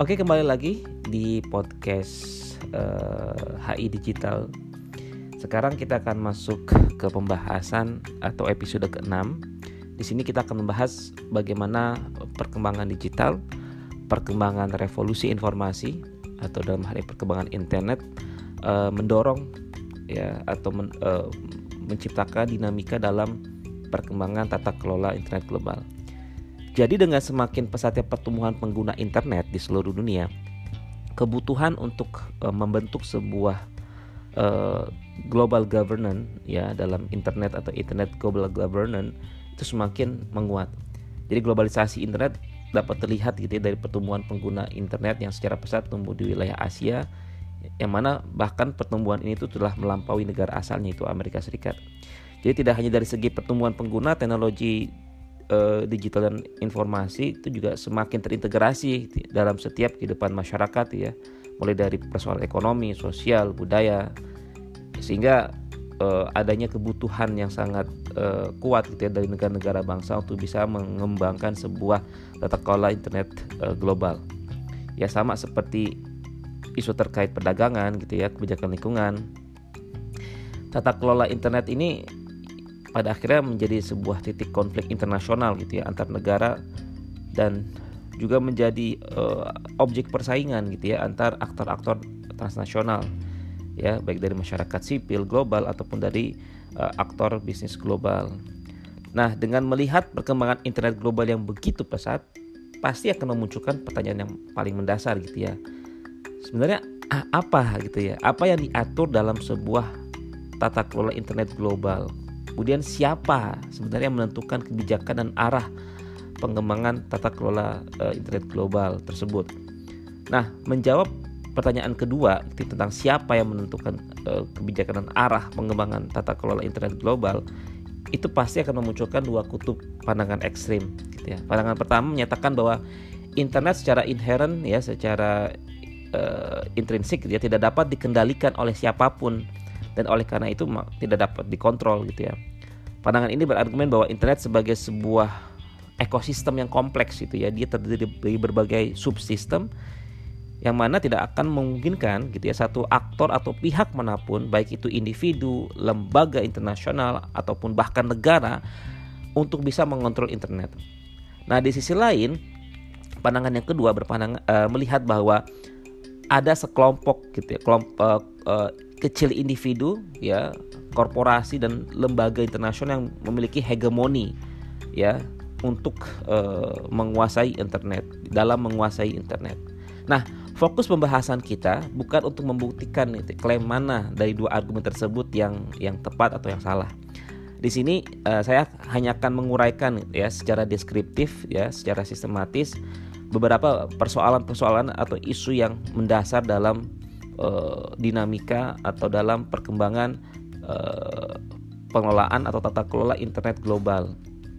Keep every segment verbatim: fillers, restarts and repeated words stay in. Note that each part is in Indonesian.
Oke, kembali lagi di podcast uh, H I Digital. Sekarang kita akan masuk ke pembahasan atau episode keenam. Di sini kita akan membahas bagaimana perkembangan digital, perkembangan revolusi informasi atau dalam hal ini perkembangan internet uh, mendorong ya atau men, uh, menciptakan dinamika dalam perkembangan tata kelola internet global. Jadi dengan semakin pesatnya pertumbuhan pengguna internet di seluruh dunia, kebutuhan untuk uh, membentuk sebuah uh, global governance ya dalam internet atau internet global governance itu semakin menguat. Jadi globalisasi internet dapat terlihat gitu ya, dari pertumbuhan pengguna internet yang secara pesat tumbuh di wilayah Asia, yang mana bahkan pertumbuhan ini itu telah melampaui negara asalnya itu Amerika Serikat. Jadi tidak hanya dari segi pertumbuhan pengguna, teknologi digital dan informasi itu juga semakin terintegrasi dalam setiap kehidupan masyarakat ya, mulai dari persoalan ekonomi, sosial, budaya, sehingga eh, adanya kebutuhan yang sangat eh, kuat gitu ya dari negara-negara bangsa untuk bisa mengembangkan sebuah tata kelola internet eh, global. Ya sama seperti isu terkait perdagangan gitu ya, kebijakan lingkungan. Tata kelola internet ini pada akhirnya menjadi sebuah titik konflik internasional gitu ya antar negara, dan juga menjadi uh, objek persaingan gitu ya antar aktor-aktor transnasional ya, baik dari masyarakat sipil global ataupun dari uh, aktor bisnis global. Nah, dengan melihat perkembangan internet global yang begitu pesat, pasti akan memunculkan pertanyaan yang paling mendasar gitu ya. Sebenarnya apa gitu ya? Apa yang diatur dalam sebuah tata kelola internet global? Kemudian siapa sebenarnya yang menentukan kebijakan dan arah pengembangan tata kelola uh, internet global tersebut. Nah, menjawab pertanyaan kedua itu tentang siapa yang menentukan uh, kebijakan dan arah pengembangan tata kelola internet global, itu pasti akan memunculkan dua kutub pandangan ekstrim gitu ya. Pandangan pertama menyatakan bahwa internet secara inherent ya, secara uh, intrinsik dia tidak dapat dikendalikan oleh siapapun, dan oleh karena itu tidak dapat dikontrol gitu ya. Pandangan ini berargumen bahwa internet sebagai sebuah ekosistem yang kompleks gitu ya, dia terdiri dari berbagai subsistem yang mana tidak akan memungkinkan gitu ya satu aktor atau pihak manapun, baik itu individu, lembaga internasional ataupun bahkan negara, untuk bisa mengontrol internet. Nah, di sisi lain, pandangan yang kedua berpandangan uh, melihat bahwa ada sekelompok gitu ya, kelompok uh, kecil individu ya, korporasi dan lembaga internasional yang memiliki hegemoni ya untuk uh, menguasai internet, dalam menguasai internet. Nah, fokus pembahasan kita bukan untuk membuktikan itu, klaim mana dari dua argumen tersebut yang yang tepat atau yang salah. Di sini uh, saya hanya akan menguraikan ya secara deskriptif ya, secara sistematis beberapa persoalan-persoalan atau isu yang mendasar dalam uh, dinamika atau dalam perkembangan uh, pengelolaan atau tata kelola internet global.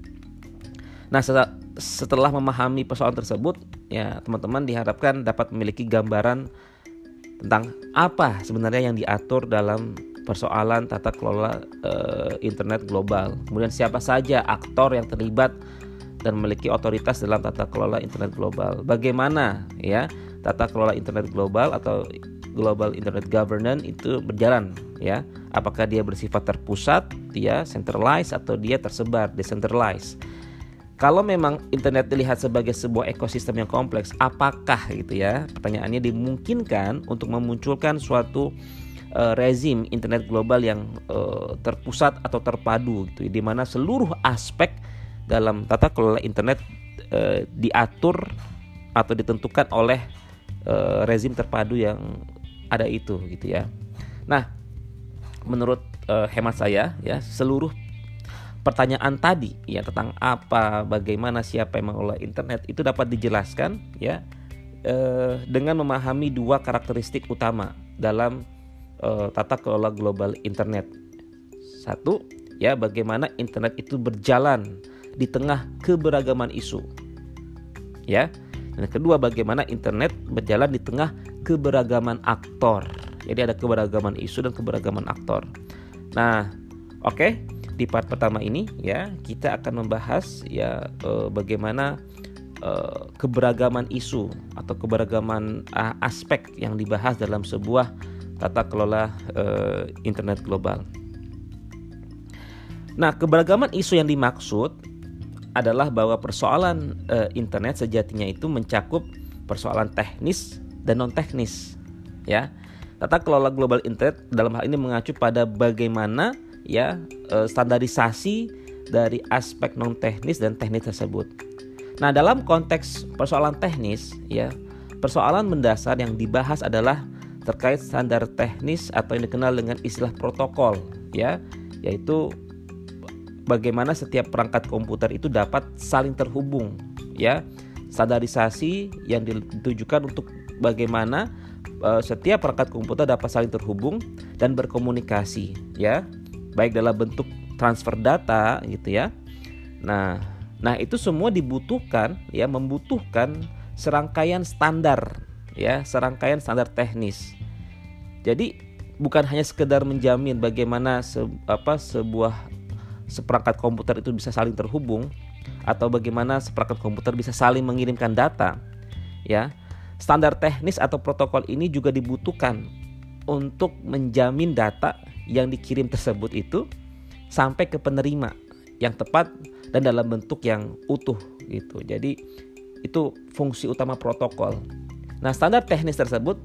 Nah, setelah, setelah memahami persoalan tersebut, ya teman-teman diharapkan dapat memiliki gambaran tentang apa sebenarnya yang diatur dalam persoalan tata kelola uh, internet global. Kemudian siapa saja aktor yang terlibat dan memiliki otoritas dalam tata kelola internet global. Bagaimana ya tata kelola internet global atau global internet governance itu berjalan ya? Apakah dia bersifat terpusat, dia centralized, atau dia tersebar, decentralized? Kalau memang internet dilihat sebagai sebuah ekosistem yang kompleks, apakah gitu ya? Pertanyaannya, dimungkinkan untuk memunculkan suatu uh, rezim internet global yang uh, terpusat atau terpadu gitu, di mana seluruh aspek dalam tata kelola internet e, diatur atau ditentukan oleh e, rezim terpadu yang ada itu gitu ya. Nah, menurut e, hemat saya ya, seluruh pertanyaan tadi ya tentang apa, bagaimana, siapa yang mengelola internet itu dapat dijelaskan ya e, dengan memahami dua karakteristik utama dalam e, tata kelola global internet. Satu ya, bagaimana internet itu berjalan di tengah keberagaman isu ya. Dan kedua, bagaimana internet berjalan di tengah keberagaman aktor. Jadi ada keberagaman isu dan keberagaman aktor. Nah, oke, okay. Di part pertama ini ya kita akan membahas ya eh, bagaimana uh, keberagaman isu atau keberagaman uh, aspek yang dibahas dalam sebuah tata kelola uh, internet global. Nah, keberagaman isu yang dimaksud adalah bahwa persoalan uh, internet sejatinya itu mencakup persoalan teknis dan non teknis, ya. Tata kelola global internet dalam hal ini mengacu pada bagaimana ya uh, standarisasi dari aspek non teknis dan teknis tersebut. Nah, dalam konteks persoalan teknis, ya, persoalan mendasar yang dibahas adalah terkait standar teknis atau yang dikenal dengan istilah protokol, ya, yaitu bagaimana setiap perangkat komputer itu dapat saling terhubung, ya. Standarisasi yang ditujukan untuk bagaimana uh, setiap perangkat komputer dapat saling terhubung dan berkomunikasi, ya, baik dalam bentuk transfer data, gitu ya. Nah, nah itu semua dibutuhkan, ya, membutuhkan serangkaian standar, ya, serangkaian standar teknis. Jadi bukan hanya sekedar menjamin bagaimana se, apa sebuah seperangkat komputer itu bisa saling terhubung atau bagaimana seperangkat komputer bisa saling mengirimkan data, ya. Standar teknis atau protokol ini juga dibutuhkan untuk menjamin data yang dikirim tersebut itu sampai ke penerima yang tepat dan dalam bentuk yang utuh, gitu. Jadi itu fungsi utama protokol. Nah, standar teknis tersebut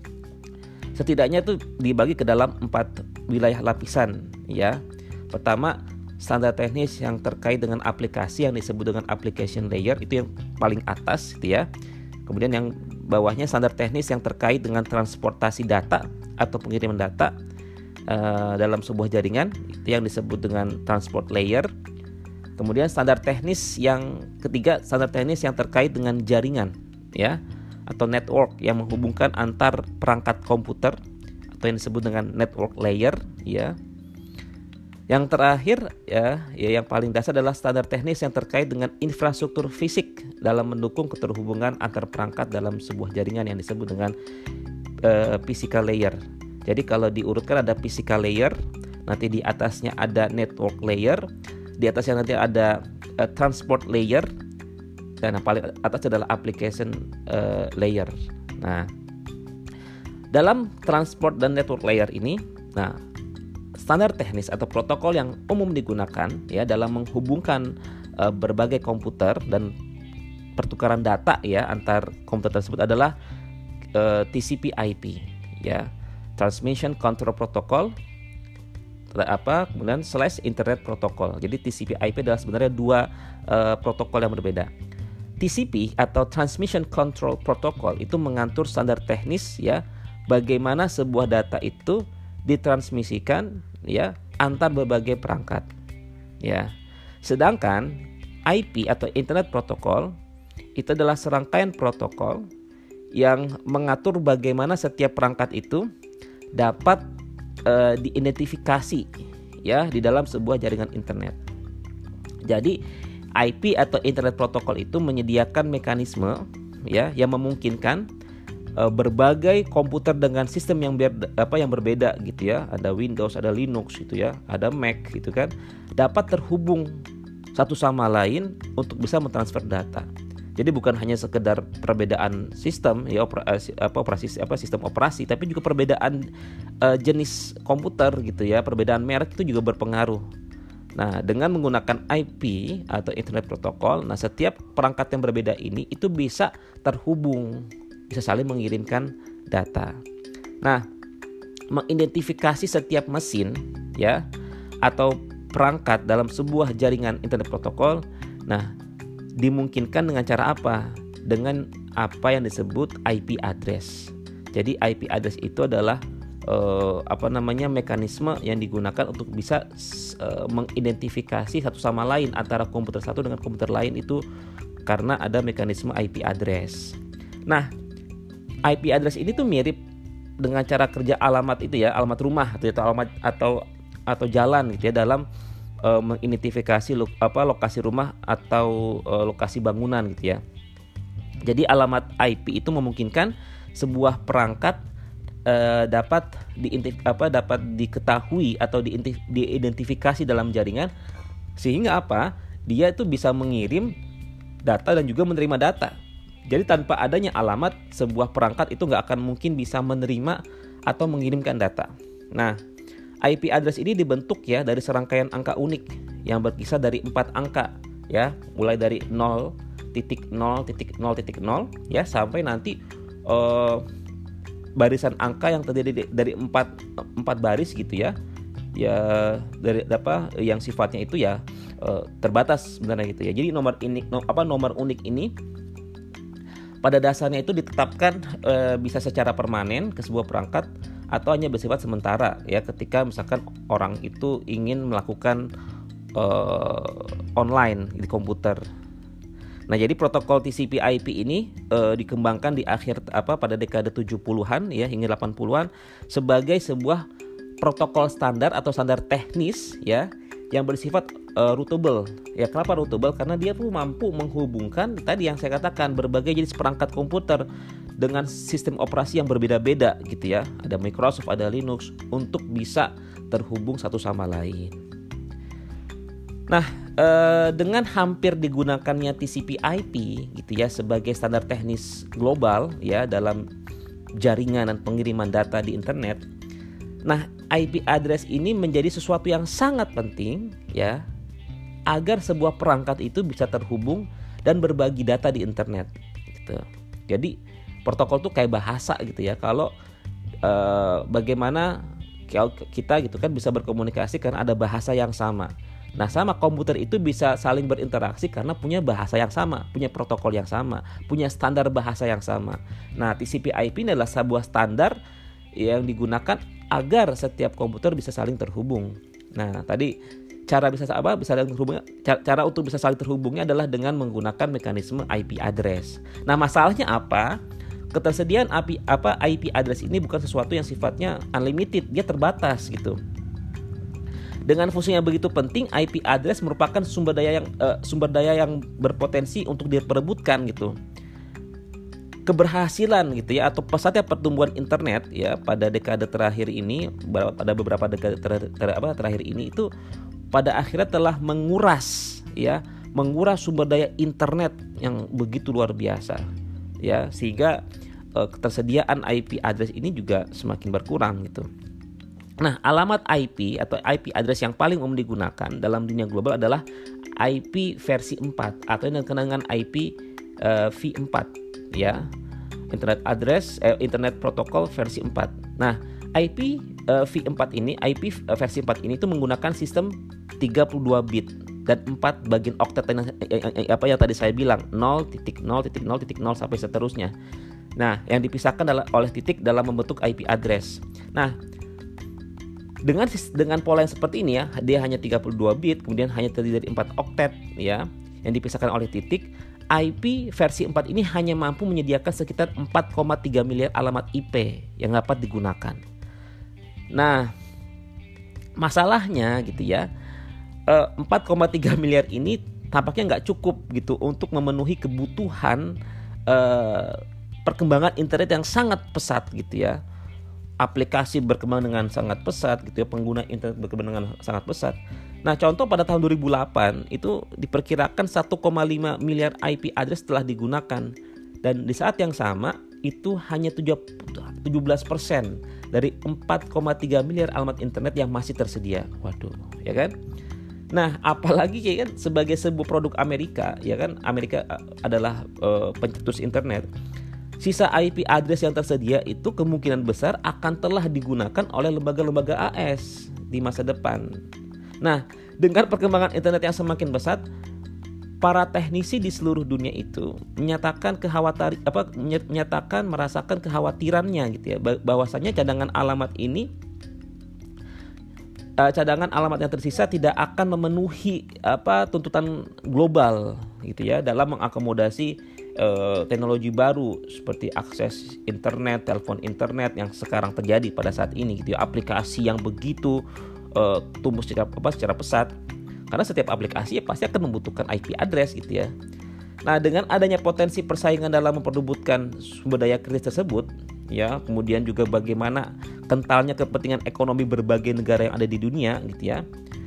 setidaknya itu dibagi ke dalam empat wilayah lapisan, ya. Pertama, standar teknis yang terkait dengan aplikasi yang disebut dengan application layer, itu yang paling atas, gitu ya. Kemudian yang bawahnya standar teknis yang terkait dengan transportasi data atau pengiriman data uh, dalam sebuah jaringan, itu yang disebut dengan transport layer. Kemudian standar teknis yang ketiga, standar teknis yang terkait dengan jaringan, ya, atau network yang menghubungkan antar perangkat komputer atau yang disebut dengan network layer, ya. Yang terakhir, ya, ya yang paling dasar adalah standar teknis yang terkait dengan infrastruktur fisik dalam mendukung keterhubungan antar perangkat dalam sebuah jaringan yang disebut dengan uh, physical layer. Jadi kalau diurutkan ada physical layer, nanti di atasnya ada network layer, di atasnya nanti ada uh, transport layer, dan yang paling atas adalah application uh, layer. Nah, dalam transport dan network layer ini, nah, standar teknis atau protokol yang umum digunakan, ya, dalam menghubungkan uh, berbagai komputer dan pertukaran data, ya, antar komputer tersebut adalah uh, T C P I P, ya, Transmission Control Protocol, apa kemudian slash Internet Protocol. Jadi T C P I P adalah sebenarnya dua uh, protokol yang berbeda. T C P atau Transmission Control Protocol itu mengatur standar teknis, ya, bagaimana sebuah data itu ditransmisikan, ya, antar berbagai perangkat, ya. Sedangkan I P atau Internet Protocol itu adalah serangkaian protokol yang mengatur bagaimana setiap perangkat itu dapat uh, diidentifikasi, ya, di dalam sebuah jaringan internet. Jadi I P atau Internet Protocol itu menyediakan mekanisme, ya, yang memungkinkan berbagai komputer dengan sistem yang ber, apa yang berbeda, gitu ya. Ada Windows, ada Linux, gitu ya, ada Mac, gitu kan, dapat terhubung satu sama lain untuk bisa mentransfer data. Jadi bukan hanya sekedar perbedaan sistem, ya, operasi, apa operasi apa sistem operasi, tapi juga perbedaan uh, jenis komputer, gitu ya, perbedaan merek itu juga berpengaruh. Nah, dengan menggunakan I P atau Internet Protocol, nah setiap perangkat yang berbeda ini itu bisa terhubung, bisa saling mengirimkan data. Nah, mengidentifikasi setiap mesin, ya, atau perangkat dalam sebuah jaringan internet protokol, nah, dimungkinkan dengan cara apa? Dengan apa yang disebut I P address. Jadi I P address itu adalah eh, apa namanya mekanisme yang digunakan untuk bisa eh, mengidentifikasi satu sama lain antara komputer satu dengan komputer lain itu karena ada mekanisme I P address. Nah, I P address ini tuh mirip dengan cara kerja alamat itu, ya, alamat rumah atau, atau alamat atau atau jalan, gitu ya, dalam uh, mengidentifikasi lo, apa lokasi rumah atau uh, lokasi bangunan, gitu ya. Jadi alamat I P itu memungkinkan sebuah perangkat uh, dapat diintif, apa dapat diketahui atau diintif, diidentifikasi dalam jaringan, sehingga apa? Dia itu bisa mengirim data dan juga menerima data. Jadi tanpa adanya alamat, sebuah perangkat itu nggak akan mungkin bisa menerima atau mengirimkan data. Nah, I P address ini dibentuk ya dari serangkaian angka unik yang berkisar dari empat angka ya, mulai dari nol titik nol titik nol titik nol ya sampai nanti uh, barisan angka yang terdiri dari empat empat baris gitu ya. Ya dari apa yang sifatnya itu ya uh, terbatas sebenarnya gitu ya. Jadi nomor ini no, apa nomor unik ini pada dasarnya itu ditetapkan e, bisa secara permanen ke sebuah perangkat atau hanya bersifat sementara ya ketika misalkan orang itu ingin melakukan e, online di komputer. Nah, jadi protokol T C P/I P ini e, dikembangkan di akhir apa pada dekade tujuh puluhan ya hingga delapan puluhan sebagai sebuah protokol standar atau standar teknis ya yang bersifat uh, routable. Ya, kenapa routable? Karena dia tuh mampu menghubungkan tadi yang saya katakan berbagai jenis perangkat komputer dengan sistem operasi yang berbeda-beda gitu ya. Ada Microsoft, ada Linux untuk bisa terhubung satu sama lain. Nah, uh, dengan hampir digunakannya T C P/I P gitu ya sebagai standar teknis global ya dalam jaringan dan pengiriman data di internet. Nah, I P address ini menjadi sesuatu yang sangat penting ya agar sebuah perangkat itu bisa terhubung dan berbagi data di internet gitu. Jadi protokol itu kayak bahasa gitu ya. Kalau eh, bagaimana kita gitu kan bisa berkomunikasi karena ada bahasa yang sama. Nah, sama komputer itu bisa saling berinteraksi karena punya bahasa yang sama, punya protokol yang sama, punya standar bahasa yang sama. Nah, T C P/I P adalah sebuah standar yang digunakan agar setiap komputer bisa saling terhubung. Nah, tadi cara bisa apa? Bisa saling terhubung. Cara, cara untuk bisa saling terhubungnya adalah dengan menggunakan mekanisme I P address. Nah, masalahnya apa? Ketersediaan I P apa I P address ini bukan sesuatu yang sifatnya unlimited, dia terbatas gitu. Dengan fungsi yang begitu penting, I P address merupakan sumber daya yang uh, sumber daya yang berpotensi untuk diperebutkan gitu. Keberhasilan gitu ya atau pesatnya pertumbuhan internet ya pada dekade terakhir ini pada beberapa dekade ter, ter, apa, terakhir ini itu pada akhirnya telah menguras ya menguras sumber daya internet yang begitu luar biasa ya sehingga eh, ketersediaan I P address ini juga semakin berkurang gitu. Nah, alamat I P atau I P address yang paling umum digunakan dalam dunia global adalah I P versi empat atau yang dikenal dengan I P uh, V empat ya. Internet address eh, internet protokol versi empat. Nah, I P uh, V empat ini, I P uh, versi empat ini itu menggunakan sistem tiga puluh dua bit dan empat bagian oktet yang, eh, apa yang tadi saya bilang nol titik nol titik nol titik nol sampai seterusnya. Nah, yang dipisahkan adalah oleh titik dalam membentuk I P address. Nah, dengan dengan pola yang seperti ini ya, dia hanya tiga puluh dua bit, kemudian hanya terdiri dari empat oktet ya, yang dipisahkan oleh titik. I P versi empat ini hanya mampu menyediakan sekitar empat koma tiga miliar alamat I P yang dapat digunakan. Nah, masalahnya gitu ya, empat koma tiga miliar ini tampaknya nggak cukup gitu untuk memenuhi kebutuhan eh, perkembangan internet yang sangat pesat gitu ya. Aplikasi berkembang dengan sangat pesat gitu ya, pengguna internet berkembang dengan sangat pesat. Nah, contoh pada tahun dua ribu delapan itu diperkirakan satu koma lima miliar I P address telah digunakan dan di saat yang sama itu hanya tujuh belas persen dari empat koma tiga miliar alamat internet yang masih tersedia. Waduh, ya kan? Nah, apalagi ya kan sebagai sebuah produk Amerika, ya kan Amerika adalah uh, pencetus internet. Sisa I P address yang tersedia itu kemungkinan besar akan telah digunakan oleh lembaga-lembaga A S di masa depan. Nah, dengan perkembangan internet yang semakin pesat, para teknisi di seluruh dunia itu menyatakan kekhawatiran apa menyatakan merasakan kekhawatirannya gitu ya, bahwasanya cadangan alamat ini cadangan alamat yang tersisa tidak akan memenuhi apa tuntutan global gitu ya dalam mengakomodasi Uh, teknologi baru seperti akses internet, telepon internet yang sekarang terjadi pada saat ini gitu ya, aplikasi yang begitu uh, tumbuh secara apa secara pesat. Karena setiap aplikasi ya pasti akan membutuhkan I P address gitu ya. Nah, dengan adanya potensi persaingan dalam memperebutkan sumber daya kritis tersebut ya, kemudian juga bagaimana kentalnya kepentingan ekonomi berbagai negara yang ada di dunia gitu ya.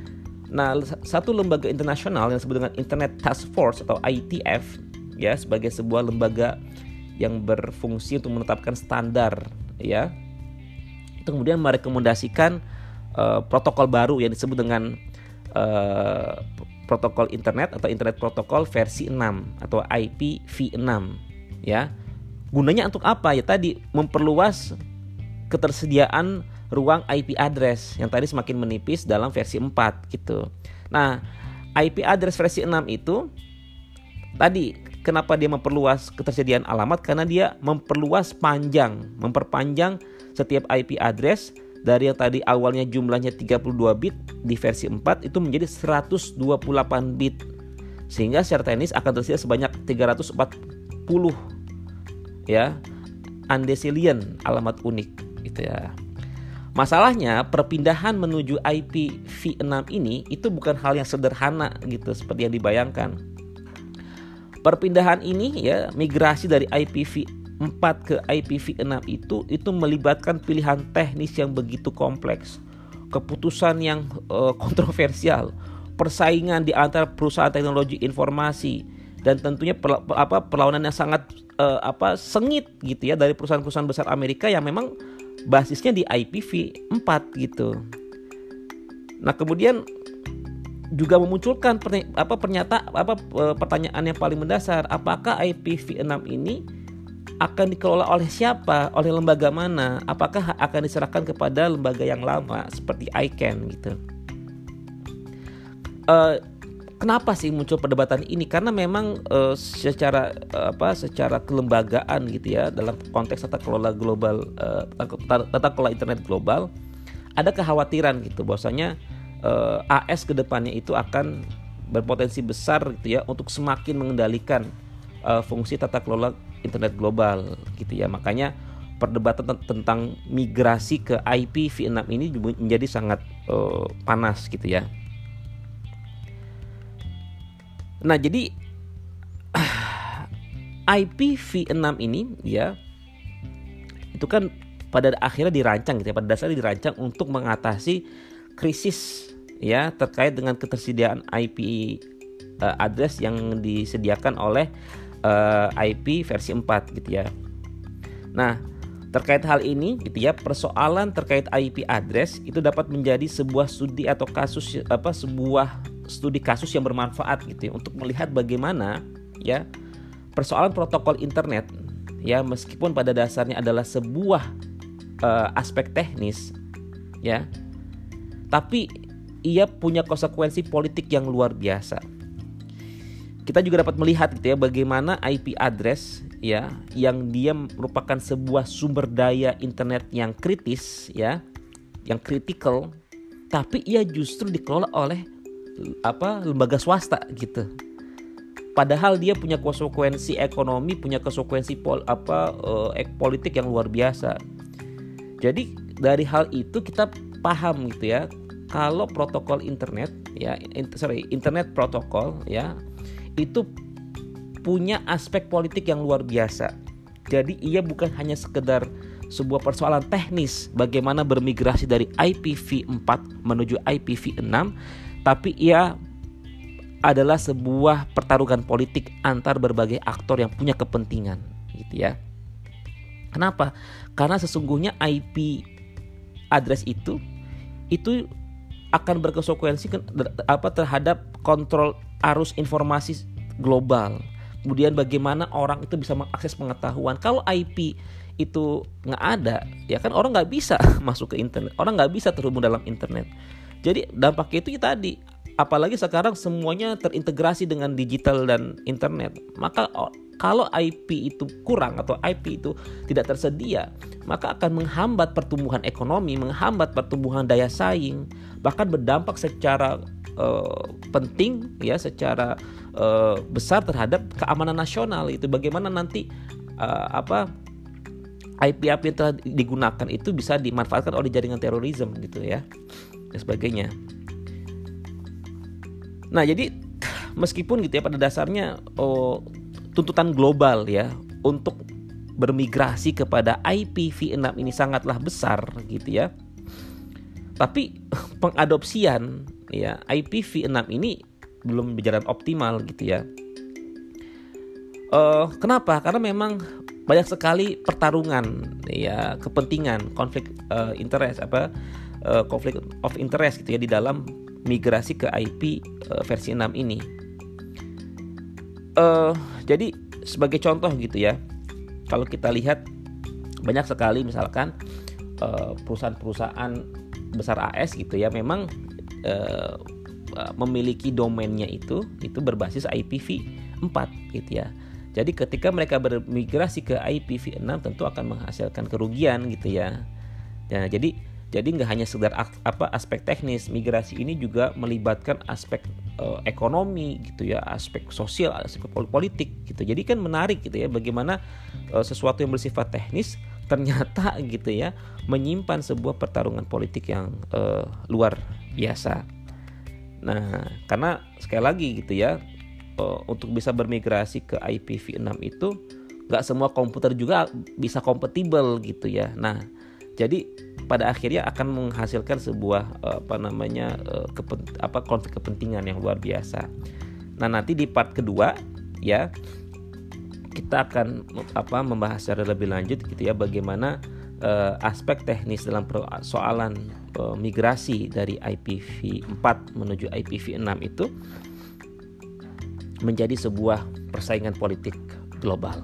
Nah, satu lembaga internasional yang disebut dengan Internet Task Force atau I T F ya, sebagai sebuah lembaga yang berfungsi untuk menetapkan standar ya, itu kemudian merekomendasikan uh, protokol baru yang disebut dengan uh, protokol internet atau Internet Protokol versi enam atau I P v enam ya. Gunanya untuk apa? Ya tadi memperluas ketersediaan ruang I P address yang tadi semakin menipis dalam versi empat gitu. Nah, I P address versi enam itu tadi kenapa dia memperluas ketersediaan alamat? Karena dia memperluas panjang, memperpanjang setiap I P address dari yang tadi awalnya jumlahnya tiga puluh dua bit di versi empat itu menjadi seratus dua puluh delapan bit. Sehingga secara teknis akan tersedia sebanyak tiga ratus empat puluh ya undecillion alamat unik gitu ya. Masalahnya perpindahan menuju I P v enam ini itu bukan hal yang sederhana gitu seperti yang dibayangkan. Perpindahan ini ya, migrasi dari I P v empat ke I P v enam itu itu melibatkan pilihan teknis yang begitu kompleks, keputusan yang uh, kontroversial, persaingan di antara perusahaan teknologi informasi, dan tentunya perla- apa perlawanan yang sangat uh, apa sengit gitu ya dari perusahaan-perusahaan besar Amerika yang memang basisnya di I P v empat gitu. Nah, kemudian juga memunculkan perny- apa pernyataan apa pertanyaan yang paling mendasar, apakah I P v enam ini akan dikelola oleh siapa? Oleh lembaga mana? Apakah akan diserahkan kepada lembaga yang lama seperti I C A N gitu? Uh, Kenapa sih muncul perdebatan ini? Karena memang uh, secara uh, apa secara kelembagaan gitu ya, dalam konteks tata kelola global uh, tata, tata kelola internet global, ada kekhawatiran gitu bahwasanya uh, A S kedepannya itu akan berpotensi besar gitu ya untuk semakin mengendalikan uh, fungsi tata kelola internet global gitu ya. Makanya perdebatan tentang migrasi ke I P v enam ini menjadi sangat uh, panas gitu ya. Nah, jadi I P v enam ini ya itu kan pada akhirnya dirancang gitu ya, pada dasarnya dirancang untuk mengatasi krisis ya terkait dengan ketersediaan I P uh, address yang disediakan oleh uh, I P versi empat gitu ya. Nah, terkait hal ini gitu ya, persoalan terkait I P address itu dapat menjadi sebuah studi atau kasus apa sebuah studi kasus yang bermanfaat gitu ya, untuk melihat bagaimana ya persoalan protokol internet ya, meskipun pada dasarnya adalah sebuah uh, aspek teknis ya, tapi ia punya konsekuensi politik yang luar biasa. Kita juga dapat melihat gitu ya bagaimana I P address ya yang dia merupakan sebuah sumber daya internet yang kritis ya, yang kritikal, tapi ia justru dikelola oleh apa lembaga swasta gitu. Padahal dia punya konsekuensi ekonomi, punya konsekuensi pol, apa uh, politik yang luar biasa. Jadi dari hal itu kita paham gitu ya, kalau protokol internet ya, in, sorry internet protokol ya itu punya aspek politik yang luar biasa. Jadi ia bukan hanya sekedar sebuah persoalan teknis bagaimana bermigrasi dari I P v empat menuju I P v enam, tapi ia adalah sebuah pertarungan politik antar berbagai aktor yang punya kepentingan gitu ya. Kenapa? Karena sesungguhnya I P address itu itu akan berkonsekuensi apa terhadap kontrol arus informasi global. Kemudian bagaimana orang itu bisa mengakses pengetahuan. Kalau I P itu nggak ada, ya kan orang nggak bisa masuk ke internet, orang nggak bisa terhubung dalam internet. Jadi dampaknya itu tadi, apalagi sekarang semuanya terintegrasi dengan digital dan internet. Maka kalau I P itu kurang atau I P itu tidak tersedia, maka akan menghambat pertumbuhan ekonomi, menghambat pertumbuhan daya saing, bahkan berdampak secara uh, penting ya, secara uh, besar terhadap keamanan nasional. Itu bagaimana nanti uh, apa I P I P yang telah digunakan itu bisa dimanfaatkan oleh jaringan terorisme gitu ya, dan sebagainya. Nah, jadi meskipun gitu ya pada dasarnya oh, tuntutan global ya untuk bermigrasi kepada I P v enam ini sangatlah besar gitu ya. Tapi pengadopsian ya I P v enam ini belum berjalan optimal gitu ya. Uh, kenapa? Karena memang banyak sekali pertarungan ya, kepentingan, konflik uh, interest apa uh, konflik of interest gitu ya di dalam migrasi ke I P uh, versi enam ini. Uh, jadi sebagai contoh gitu ya, kalau kita lihat banyak sekali misalkan uh, perusahaan-perusahaan besar A S gitu ya, memang uh, memiliki domainnya itu itu berbasis I P v empat gitu ya. Jadi ketika mereka bermigrasi ke I P v enam tentu akan menghasilkan kerugian gitu ya. Nah, jadi jadi nggak hanya sekedar apa aspek teknis, migrasi ini juga melibatkan aspek uh, ekonomi gitu ya, aspek sosial, aspek politik gitu. Jadi kan menarik gitu ya, bagaimana uh, sesuatu yang bersifat teknis ternyata gitu ya menyimpan sebuah pertarungan politik yang uh, luar biasa. Nah, karena sekali lagi gitu ya, Uh, untuk bisa bermigrasi ke I P v enam itu nggak semua komputer juga bisa kompatibel gitu ya. Nah, jadi pada akhirnya akan menghasilkan sebuah uh, apa namanya uh, kepen, apa konflik kepentingan yang luar biasa. Nah, nanti di part kedua ya kita akan apa membahas secara lebih lanjut gitu ya, bagaimana uh, aspek teknis dalam persoalan uh, migrasi dari I P v empat menuju I P v enam itu menjadi sebuah persaingan politik global.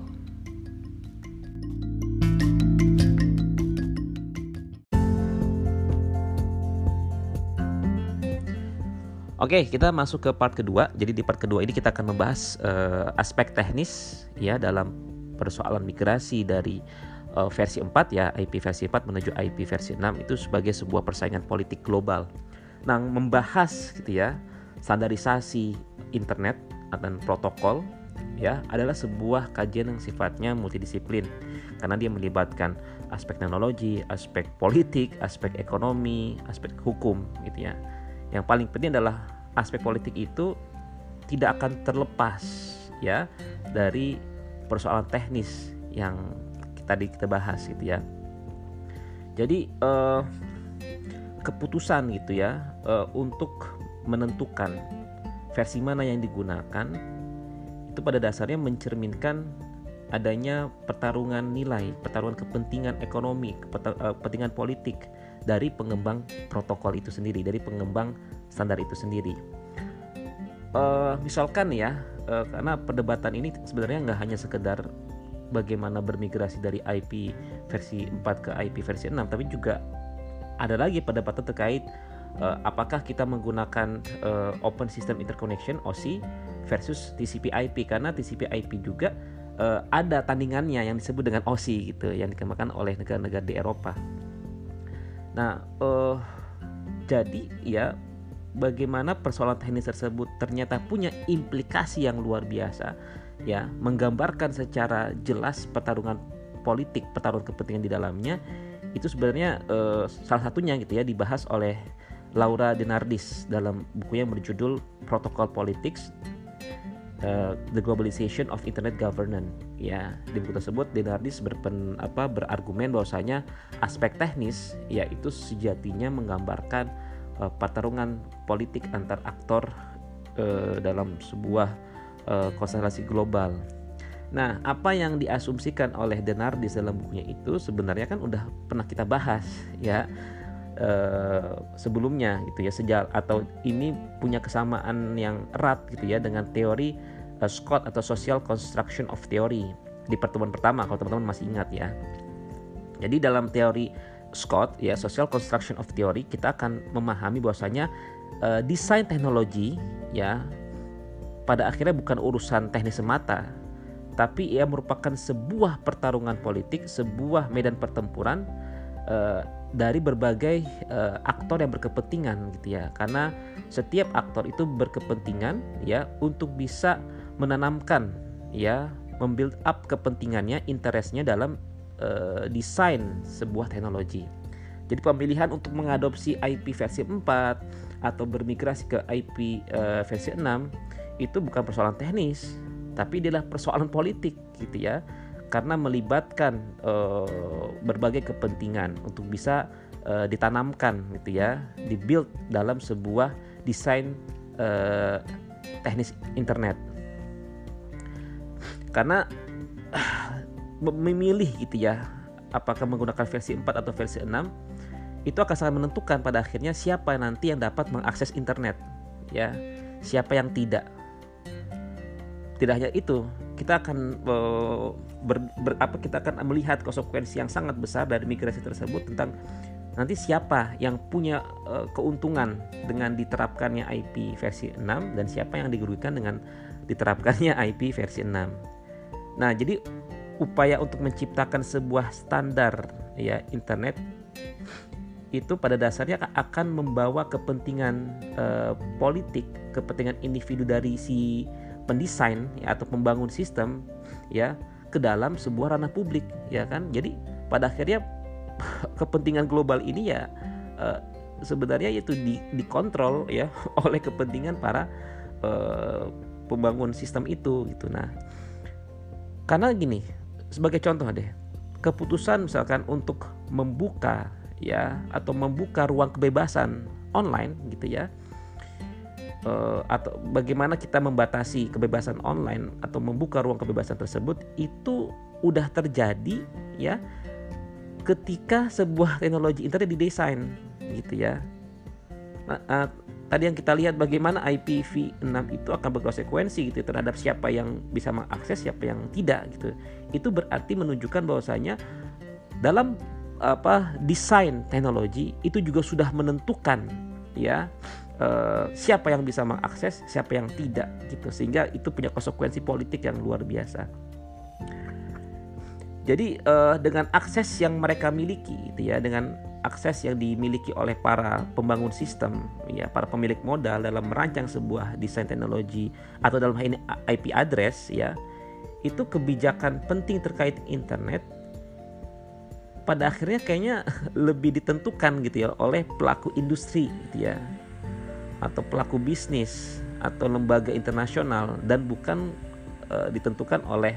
Oke, kita masuk ke part kedua. Jadi di part kedua ini kita akan membahas uh, aspek teknis ya dalam persoalan migrasi dari uh, versi empat ya, I P versi empat menuju I P versi enam itu sebagai sebuah persaingan politik global. Nah, membahas gitu ya standarisasi internet dan protokol ya adalah sebuah kajian yang sifatnya multidisiplin karena dia melibatkan aspek teknologi, aspek politik, aspek ekonomi, aspek hukum gitu ya. Yang paling penting adalah aspek politik itu tidak akan terlepas ya dari persoalan teknis yang tadi kita bahas gitu ya. Jadi eh, keputusan gitu ya eh, untuk menentukan versi mana yang digunakan itu pada dasarnya mencerminkan adanya pertarungan nilai, pertarungan kepentingan ekonomi, kepentingan politik dari pengembang protokol itu sendiri, dari pengembang standar itu sendiri. Uh, misalkan ya, uh, karena perdebatan ini sebenarnya nggak hanya sekedar bagaimana bermigrasi dari I P versi empat ke I P versi enam, tapi juga ada lagi perdebatan terkait Uh, apakah kita menggunakan uh, Open System Interconnection O S I versus T C P I P, karena T C P I P juga uh, ada tandingannya yang disebut dengan O S I gitu yang dikembangkan oleh negara-negara di Eropa. Nah, uh, jadi ya bagaimana persoalan teknis tersebut ternyata punya implikasi yang luar biasa ya, menggambarkan secara jelas pertarungan politik, pertarungan kepentingan di dalamnya itu sebenarnya uh, salah satunya gitu ya dibahas oleh Laura Dinardis dalam bukunya yang berjudul Protocol Politics, uh, The Globalization of Internet Governance. Ya, di buku tersebut Dinardis berpen, apa, berargumen bahwasanya aspek teknis yaitu sejatinya menggambarkan uh, pertarungan politik antar aktor uh, dalam sebuah uh, konstelasi global. Nah, apa yang diasumsikan oleh Dinardis dalam bukunya itu sebenarnya kan udah pernah kita bahas ya. Uh, sebelumnya gitu ya, sejak atau ini punya kesamaan yang erat gitu ya dengan teori uh, Scott atau Social Construction of Theory di pertemuan pertama kalau teman-teman masih ingat ya. Jadi dalam teori Scott ya, Social Construction of Theory, kita akan memahami bahwasanya uh, desain teknologi ya pada akhirnya bukan urusan teknis semata, tapi ia merupakan sebuah pertarungan politik, sebuah medan pertempuran uh, dari berbagai uh, aktor yang berkepentingan gitu ya, karena setiap aktor itu berkepentingan ya untuk bisa menanamkan ya, membuild up kepentingannya, interestnya dalam uh, desain sebuah teknologi. Jadi pemilihan untuk mengadopsi I P versi empat atau bermigrasi ke I P uh, versi enam itu bukan persoalan teknis, tapi adalah persoalan politik gitu ya, karena melibatkan uh, berbagai kepentingan untuk bisa uh, ditanamkan gitu ya, dibuild dalam sebuah desain uh, teknis internet. Karena uh, memilih gitu ya, apakah menggunakan versi empat atau versi enam, itu akan sangat menentukan pada akhirnya siapa nanti yang dapat mengakses internet, ya, siapa yang tidak. Tidak hanya itu, kita akan uh, ber, ber, apa kita akan melihat konsekuensi yang sangat besar dari migrasi tersebut tentang nanti siapa yang punya uh, keuntungan dengan diterapkannya I P versi enam dan siapa yang dirugikan dengan diterapkannya I P versi enam. Nah, jadi upaya untuk menciptakan sebuah standar ya internet itu pada dasarnya akan membawa kepentingan uh, politik, kepentingan individu dari si pendesain ya, atau pembangun sistem ya ke dalam sebuah ranah publik, ya kan. Jadi pada akhirnya kepentingan global ini ya uh, sebenarnya itu di, dikontrol ya oleh kepentingan para uh, pembangun sistem itu gitu. Nah, karena gini, sebagai contoh deh, keputusan misalkan untuk membuka ya atau membuka ruang kebebasan online gitu ya, uh, atau bagaimana kita membatasi kebebasan online atau membuka ruang kebebasan tersebut itu udah terjadi ya ketika sebuah teknologi internet didesain gitu ya. Nah, uh, tadi yang kita lihat bagaimana I P v enam itu akan berkonsekuensi gitu terhadap siapa yang bisa mengakses, siapa yang tidak gitu. Itu berarti menunjukkan bahwasanya dalam apa desain teknologi itu juga sudah menentukan ya uh, siapa yang bisa mengakses, siapa yang tidak gitu, sehingga itu punya konsekuensi politik yang luar biasa. Jadi uh, dengan akses yang mereka miliki gitu ya, dengan akses yang dimiliki oleh para pembangun sistem ya, para pemilik modal dalam merancang sebuah desain teknologi atau dalam hal ini I P address ya, itu kebijakan penting terkait internet pada akhirnya kayaknya lebih ditentukan gitu ya oleh pelaku industri gitu ya, atau pelaku bisnis atau lembaga internasional, dan bukan uh, ditentukan oleh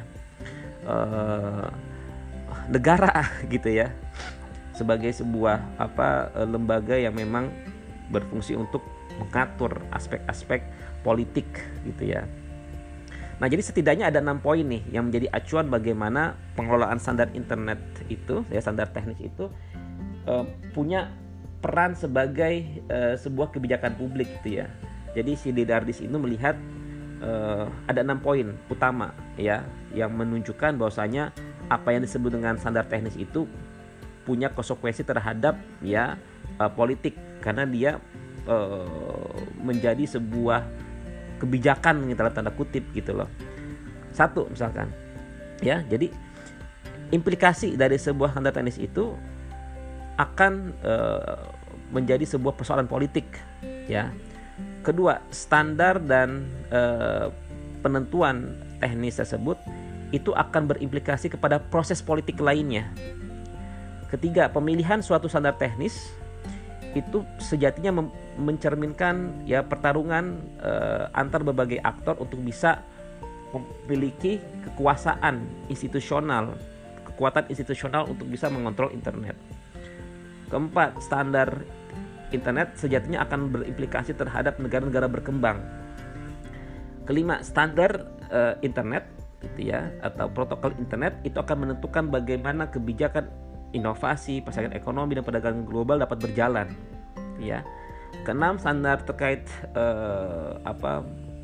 uh, negara gitu ya, sebagai sebuah apa uh, lembaga yang memang berfungsi untuk mengatur aspek-aspek politik gitu ya. Nah, jadi setidaknya ada enam poin nih yang menjadi acuan bagaimana pengelolaan standar internet itu, ya standar teknis itu uh, punya peran sebagai uh, sebuah kebijakan publik gitu ya. Jadi si Dedardis ini melihat uh, ada enam poin utama ya yang menunjukkan bahwasanya apa yang disebut dengan standar teknis itu punya konsekuensi terhadap ya uh, politik, karena dia uh, menjadi sebuah kebijakan dalam tanda kutip gitu loh. Satu misalkan ya, jadi implikasi dari sebuah standar teknis itu akan e, menjadi sebuah persoalan politik ya. Kedua, standar dan e, penentuan teknis tersebut itu akan berimplikasi kepada proses politik lainnya. Ketiga, pemilihan suatu standar teknis itu sejatinya mem- mencerminkan ya pertarungan uh, antar berbagai aktor untuk bisa memiliki kekuasaan institusional, kekuatan institusional untuk bisa mengontrol internet. Keempat, standar internet sejatinya akan berimplikasi terhadap negara-negara berkembang. Kelima, standar uh, internet gitu ya atau protokol internet itu akan menentukan bagaimana kebijakan inovasi, persaingan ekonomi dan perdagangan global dapat berjalan, ya. Keenam, standar terkait eh, apa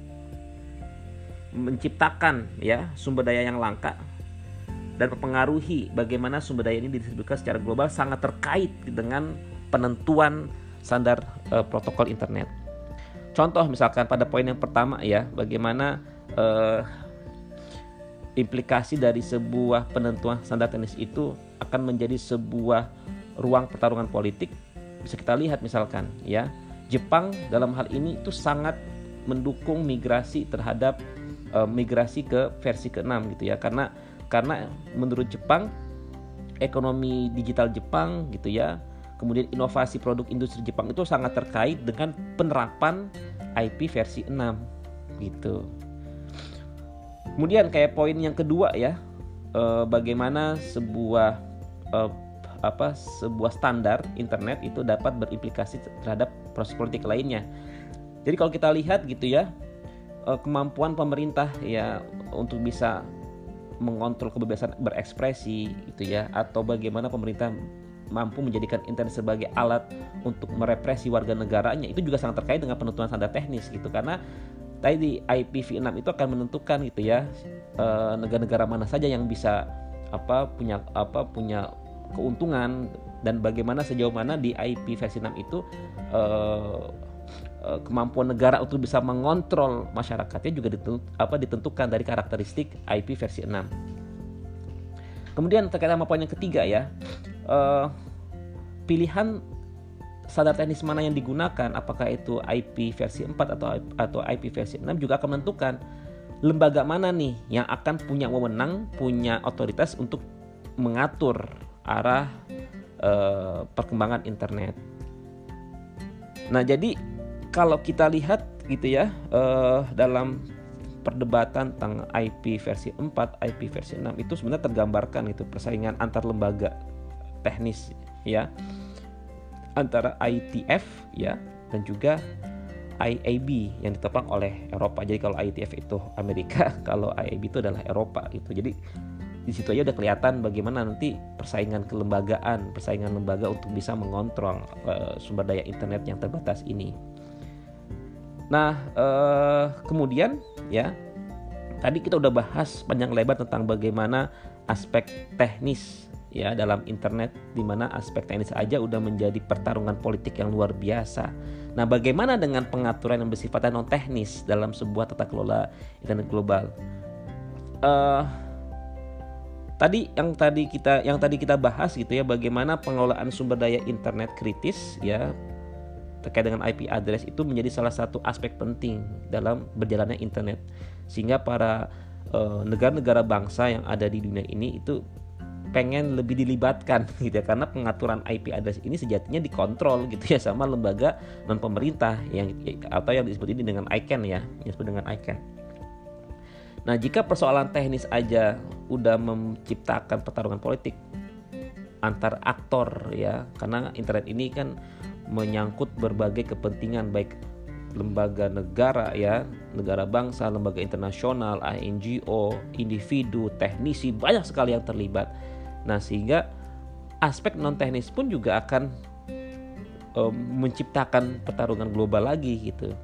menciptakan ya sumber daya yang langka dan mempengaruhi bagaimana sumber daya ini didistribusikan secara global sangat terkait dengan penentuan standar eh, protokol internet. Contoh misalkan pada poin yang pertama ya, bagaimana eh, implikasi dari sebuah penentuan standar teknis itu akan menjadi sebuah ruang pertarungan politik. Bisa kita lihat misalkan ya, Jepang dalam hal ini itu sangat mendukung migrasi terhadap uh, migrasi ke versi keenam gitu ya, karena karena menurut Jepang ekonomi digital Jepang gitu ya, kemudian inovasi produk industri Jepang itu sangat terkait dengan penerapan I P versi enam gitu. Kemudian kayak poin yang kedua ya, eh, bagaimana sebuah eh, apa sebuah standar internet itu dapat berimplikasi terhadap proses politik lainnya. Jadi kalau kita lihat gitu ya, kemampuan pemerintah ya untuk bisa mengontrol kebebasan berekspresi gitu ya, atau bagaimana pemerintah mampu menjadikan internet sebagai alat untuk merepresi warga negaranya, itu juga sangat terkait dengan penentuan standar teknis gitu. Karena tadi I P v enam itu akan menentukan gitu ya, e, negara-negara mana saja yang bisa apa punya apa punya keuntungan, dan bagaimana sejauh mana di I P versi enam itu e, e, kemampuan negara untuk bisa mengontrol masyarakatnya juga ditentu, apa, ditentukan dari karakteristik I P versi enam. Kemudian terkait sama poin yang ketiga ya, uh, pilihan standar teknis mana yang digunakan, apakah itu I P versi empat atau atau I P versi enam, juga akan menentukan lembaga mana nih yang akan punya wewenang, punya otoritas untuk mengatur arah uh, perkembangan internet. Nah, jadi kalau kita lihat gitu ya, uh, dalam perdebatan tentang I P versi empat, I P versi enam itu sebenarnya tergambarkan itu persaingan antar lembaga teknis ya, antara I T F ya dan juga I A B yang ditopang oleh Eropa. Jadi kalau I T F itu Amerika, kalau I A B itu adalah Eropa gitu. Jadi di situ aja udah kelihatan bagaimana nanti persaingan kelembagaan, persaingan lembaga untuk bisa mengontrol uh, sumber daya internet yang terbatas ini. Nah, eh, kemudian ya, tadi kita udah bahas panjang lebar tentang bagaimana aspek teknis ya dalam internet, di mana aspek teknis aja udah menjadi pertarungan politik yang luar biasa. Nah, bagaimana dengan pengaturan yang bersifatnya non teknis dalam sebuah tata kelola internet global? Eh, tadi yang tadi kita yang tadi kita bahas gitu ya, bagaimana pengelolaan sumber daya internet kritis ya terkait dengan I P address itu menjadi salah satu aspek penting dalam berjalannya internet, sehingga para e, negara-negara bangsa yang ada di dunia ini itu pengen lebih dilibatkan gitu ya, karena pengaturan I P address ini sejatinya dikontrol gitu ya sama lembaga non pemerintah yang atau yang disebut ini dengan I C A N ya, yang disebut dengan I C A N. Nah, jika persoalan teknis aja udah menciptakan pertarungan politik antar aktor ya, karena internet ini kan menyangkut berbagai kepentingan, baik lembaga negara ya, negara bangsa, lembaga internasional, N G O, individu, teknisi, banyak sekali yang terlibat. Nah, sehingga aspek non teknis pun juga akan um, menciptakan pertarungan global lagi gitu.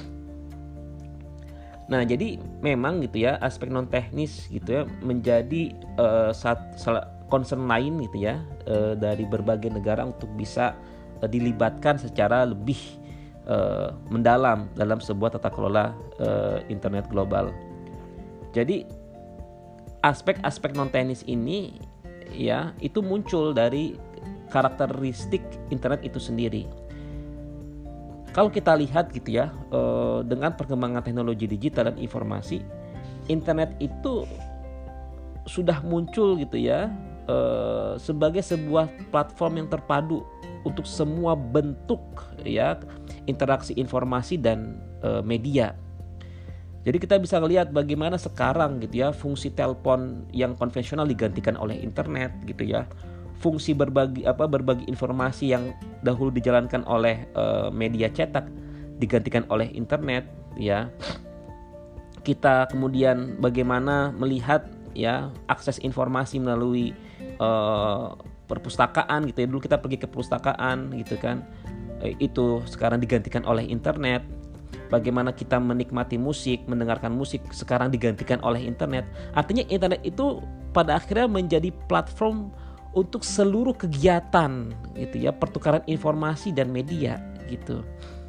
Nah, jadi memang gitu ya, aspek non teknis gitu ya menjadi uh, sat, salah, concern lain gitu ya uh, dari berbagai negara untuk bisa dilibatkan secara lebih uh, mendalam dalam sebuah tata kelola uh, internet global. Jadi aspek-aspek non teknis ini ya itu muncul dari karakteristik internet itu sendiri. Kalau kita lihat gitu ya, uh, dengan perkembangan teknologi digital dan informasi, internet itu sudah muncul gitu ya uh, sebagai sebuah platform yang terpadu untuk semua bentuk ya interaksi informasi dan e, media. Jadi kita bisa lihat bagaimana sekarang gitu ya fungsi telepon yang konvensional digantikan oleh internet gitu ya. Fungsi berbagi apa berbagi informasi yang dahulu dijalankan oleh e, media cetak digantikan oleh internet ya. Kita kemudian bagaimana melihat ya akses informasi melalui e, perpustakaan gitu ya. Dulu kita pergi ke perpustakaan gitu kan, e, itu sekarang digantikan oleh internet. Bagaimana kita menikmati musik, mendengarkan musik sekarang digantikan oleh internet. Artinya internet itu pada akhirnya menjadi platform untuk seluruh kegiatan gitu ya, pertukaran informasi dan media gitu.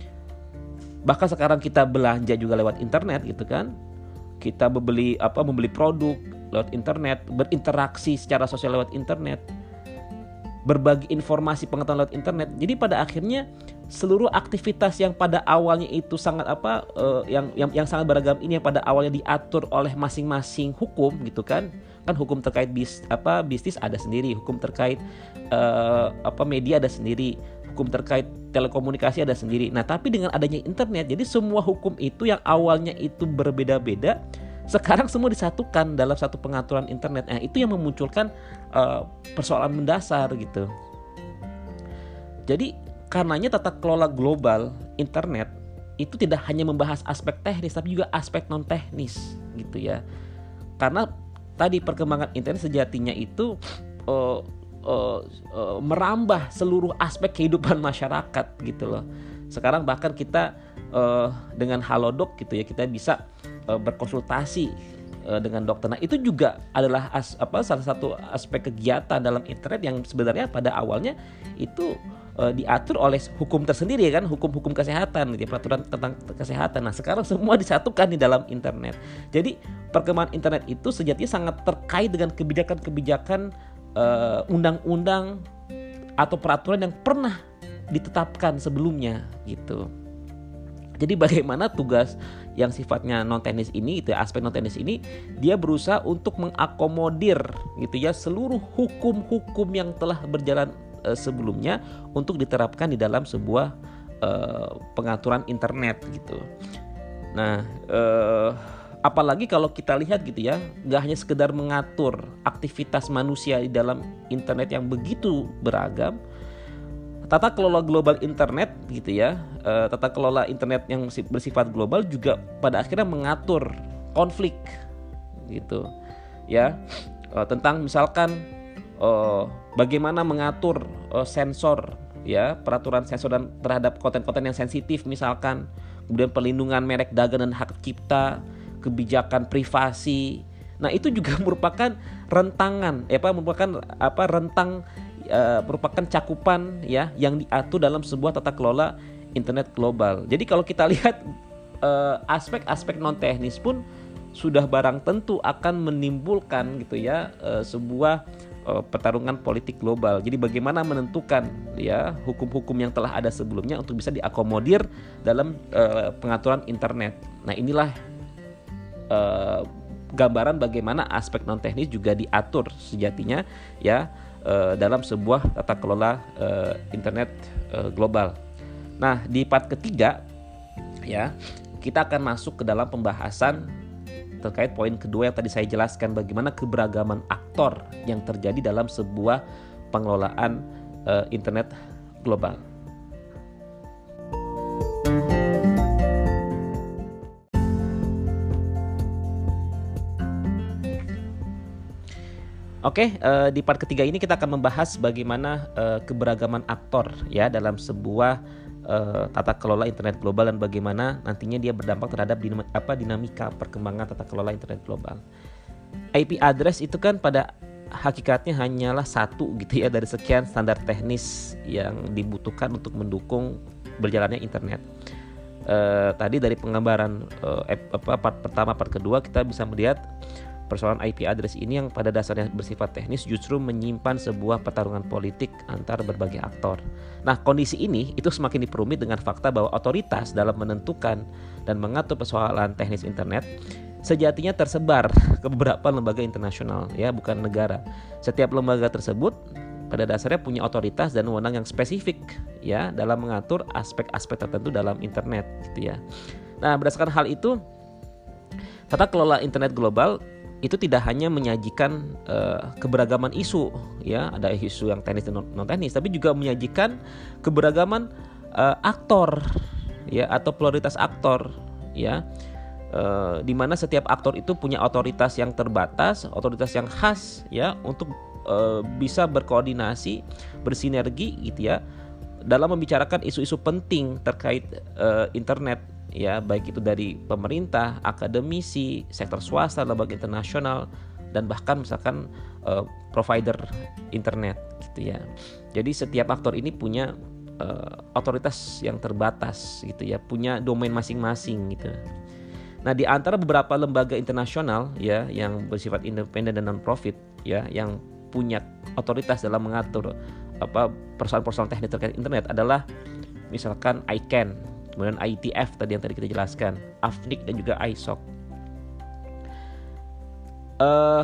Bahkan sekarang kita belanja juga lewat internet gitu kan. Kita membeli apa membeli produk lewat internet, berinteraksi secara sosial lewat internet, berbagi informasi pengetahuan lewat internet. Jadi pada akhirnya seluruh aktivitas yang pada awalnya itu sangat apa uh, yang, yang yang sangat beragam ini yang pada awalnya diatur oleh masing-masing hukum gitu kan. Kan hukum terkait bis, apa bisnis ada sendiri, hukum terkait uh, apa media ada sendiri, hukum terkait telekomunikasi ada sendiri. Nah, tapi dengan adanya internet, jadi semua hukum itu yang awalnya itu berbeda-beda sekarang semua disatukan dalam satu pengaturan internet. Nah, itu yang memunculkan uh, persoalan mendasar gitu. Jadi karenanya tata kelola global internet itu tidak hanya membahas aspek teknis tapi juga aspek non teknis gitu ya. Karena tadi perkembangan internet sejatinya itu uh, uh, uh, merambah seluruh aspek kehidupan masyarakat gitu loh. Sekarang bahkan kita uh, dengan Halodoc gitu ya, kita bisa uh, berkonsultasi uh, dengan dokter. Nah, itu juga adalah as, apa salah satu aspek kegiatan dalam internet yang sebenarnya pada awalnya itu diatur oleh hukum tersendiri kan, hukum-hukum kesehatan gitu, peraturan tentang kesehatan. Nah, sekarang semua disatukan di dalam internet. Jadi perkembangan internet itu sejatinya sangat terkait dengan kebijakan-kebijakan uh, undang-undang atau peraturan yang pernah ditetapkan sebelumnya gitu. Jadi bagaimana tugas yang sifatnya non teknis ini, itu aspek non teknis ini, dia berusaha untuk mengakomodir gitu ya seluruh hukum-hukum yang telah berjalan sebelumnya untuk diterapkan di dalam sebuah uh, pengaturan internet gitu. Nah, uh, apalagi kalau kita lihat gitu ya, nggak hanya sekedar mengatur aktivitas manusia di dalam internet yang begitu beragam, tata kelola global internet gitu ya, uh, tata kelola internet yang bersifat global juga pada akhirnya mengatur konflik gitu ya, uh, tentang misalkan Uh, bagaimana mengatur uh, sensor ya, peraturan sensor dan terhadap konten-konten yang sensitif misalkan, kemudian perlindungan merek dagang dan hak cipta, kebijakan privasi. Nah, itu juga merupakan rentangan ya apa merupakan apa rentang uh, merupakan cakupan ya yang diatur dalam sebuah tata kelola internet global. Jadi kalau kita lihat uh, aspek-aspek non teknis pun sudah barang tentu akan menimbulkan gitu ya uh, sebuah pertarungan politik global. Jadi bagaimana menentukan ya hukum-hukum yang telah ada sebelumnya untuk bisa diakomodir dalam uh, pengaturan internet. Nah, inilah uh, gambaran bagaimana aspek non teknis juga diatur sejatinya ya uh, dalam sebuah tata kelola uh, internet uh, global. Nah, di part ketiga ya kita akan masuk ke dalam pembahasan terkait poin kedua yang tadi saya jelaskan, bagaimana keberagaman aktor yang terjadi dalam sebuah pengelolaan uh, internet global. Oke, uh, di part ketiga ini kita akan membahas bagaimana uh, keberagaman aktor ya dalam sebuah Uh, tata kelola internet global dan bagaimana nantinya dia berdampak terhadap dinam- apa dinamika perkembangan tata kelola internet global. I P address itu kan pada hakikatnya hanyalah satu gitu ya dari sekian standar teknis yang dibutuhkan untuk mendukung berjalannya internet. Uh, tadi dari penggambaran uh, apa part pertama part kedua kita bisa melihat persoalan I P address ini yang pada dasarnya bersifat teknis justru menyimpan sebuah pertarungan politik antar berbagai aktor. Nah, kondisi ini itu semakin diperumit dengan fakta bahwa otoritas dalam menentukan dan mengatur persoalan teknis internet sejatinya tersebar ke beberapa lembaga internasional ya, bukan negara. Setiap lembaga tersebut pada dasarnya punya otoritas dan wewenang yang spesifik ya dalam mengatur aspek-aspek tertentu dalam internet gitu ya. Nah, berdasarkan hal itu tata kelola internet global itu tidak hanya menyajikan uh, keberagaman isu ya, ada isu yang teknis dan non teknis, tapi juga menyajikan keberagaman uh, aktor ya atau pluralitas aktor ya, uh, di mana setiap aktor itu punya otoritas yang terbatas, otoritas yang khas ya untuk uh, bisa berkoordinasi, bersinergi gitu ya dalam membicarakan isu-isu penting terkait uh, internet ya, baik itu dari pemerintah, akademisi, sektor swasta, lembaga internasional, dan bahkan misalkan uh, provider internet gitu ya. Jadi setiap aktor ini punya uh, otoritas yang terbatas gitu ya, punya domain masing-masing gitu. Nah, di antara beberapa lembaga internasional ya yang bersifat independen dan non-profit ya yang punya otoritas dalam mengatur apa persoalan-persoalan teknis terkait internet adalah misalkan I C A N, kemudian I T F tadi yang tadi kita jelaskan, A F N I C dan juga I S O C. Uh,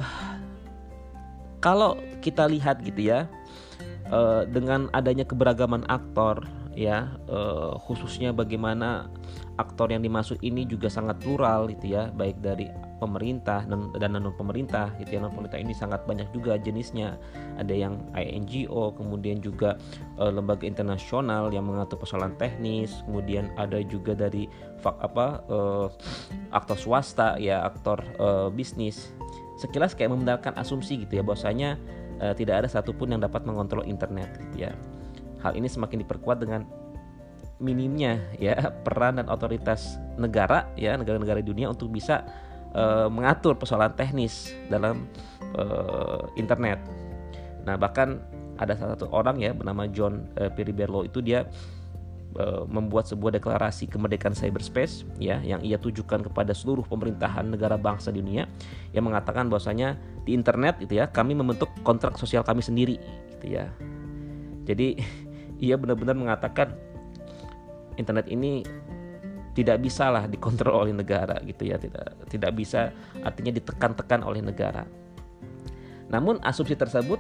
kalau kita lihat gitu ya, uh, dengan adanya keberagaman aktor ya, uh, khususnya bagaimana aktor yang dimaksud ini juga sangat plural gitu ya, baik dari pemerintah dan, dan non pemerintah gitu ya. Non pemerintah ini sangat banyak juga jenisnya, ada yang N G O, kemudian juga uh, lembaga internasional yang mengatur persoalan teknis, kemudian ada juga dari fak, apa uh, aktor swasta ya, aktor uh, bisnis. Sekilas kayak membenarkan asumsi gitu ya, bahwasanya uh, tidak ada satupun yang dapat mengontrol internet gitu ya. Hal ini semakin diperkuat dengan minimnya ya peran dan otoritas negara ya, negara-negara di dunia untuk bisa uh, mengatur persoalan teknis dalam uh, internet. Nah, bahkan ada salah satu orang ya bernama John uh, Piriberlo, itu dia uh, membuat sebuah deklarasi kemerdekaan cyberspace ya, yang ia tujukan kepada seluruh pemerintahan negara bangsa di dunia, yang mengatakan bahwasanya di internet gitu ya, kami membentuk kontrak sosial kami sendiri gitu ya. Jadi ia benar-benar mengatakan internet ini tidak bisa lah dikontrol oleh negara gitu ya, tidak tidak bisa artinya ditekan-tekan oleh negara. Namun asumsi tersebut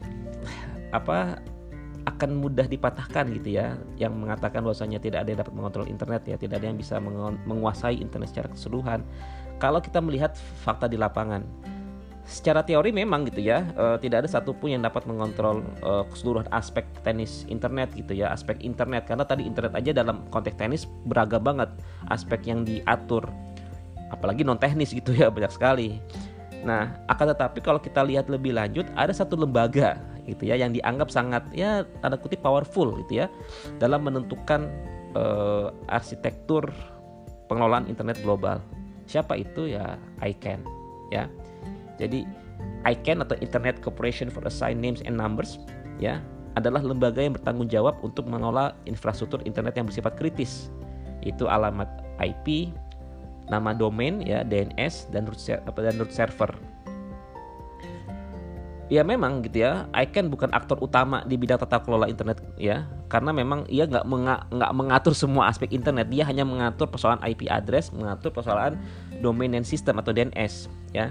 apa akan mudah dipatahkan gitu ya, yang mengatakan bahwasanya tidak ada yang dapat mengontrol internet ya, tidak ada yang bisa menguasai internet secara keseluruhan. Kalau kita melihat fakta di lapangan, secara teori memang gitu ya, e, tidak ada satupun yang dapat mengontrol e, keseluruhan aspek teknis internet gitu ya, aspek internet, karena tadi internet aja dalam konteks teknis beragam banget aspek yang diatur, apalagi non teknis gitu ya, banyak sekali. Nah, akan tetapi kalau kita lihat lebih lanjut, ada satu lembaga gitu ya yang dianggap sangat ya tanda kutip powerful gitu ya dalam menentukan e, arsitektur pengelolaan internet global. Siapa itu? Ya I C A N ya. Jadi I C A N atau Internet Corporation for Assigned Names and Numbers ya adalah lembaga yang bertanggung jawab untuk mengelola infrastruktur internet yang bersifat kritis. Itu alamat I P, nama domain ya, D N S dan root, dan root server. Ya memang gitu ya, I C A N bukan aktor utama di bidang tata kelola internet ya, karena memang ia nggak menga, nggak mengatur semua aspek internet. Dia hanya mengatur persoalan I P address, mengatur persoalan domain dan sistem atau D N S ya.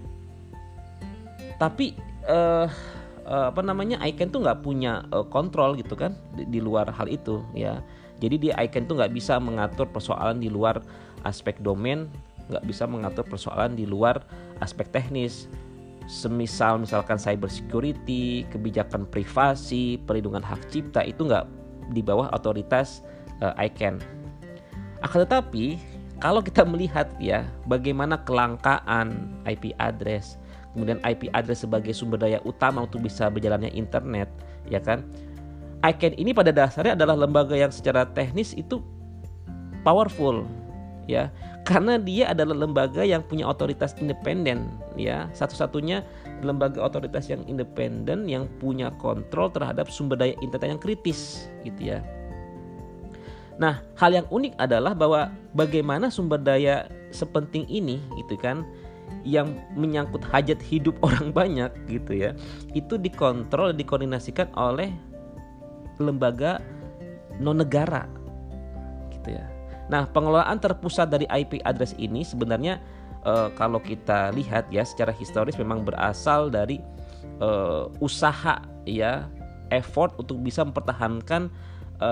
Tapi uh, uh, apa namanya I C A N tuh nggak punya uh, kontrol gitu kan di, di luar hal itu ya. Jadi di I C A N tuh nggak bisa mengatur persoalan di luar aspek domain, nggak bisa mengatur persoalan di luar aspek teknis. Semisal misalkan cyber security, kebijakan privasi, perlindungan hak cipta, itu nggak di bawah otoritas uh, I C A N. Akan tetapi kalau kita melihat ya bagaimana kelangkaan I P address, kemudian I P address sebagai sumber daya utama untuk bisa berjalannya internet, ya kan? I C A N ini pada dasarnya adalah lembaga yang secara teknis itu powerful, ya, karena dia adalah lembaga yang punya otoritas independen, ya, satu-satunya lembaga otoritas yang independen yang punya kontrol terhadap sumber daya internet yang kritis, gitu ya. Nah, hal yang unik adalah bahwa bagaimana sumber daya sepenting ini, gitu kan, yang menyangkut hajat hidup orang banyak gitu ya, itu dikontrol, dikoordinasikan oleh lembaga non negara gitu ya. Nah, pengelolaan terpusat dari I P address ini sebenarnya e, kalau kita lihat ya secara historis memang berasal dari e, usaha ya, effort untuk bisa mempertahankan e,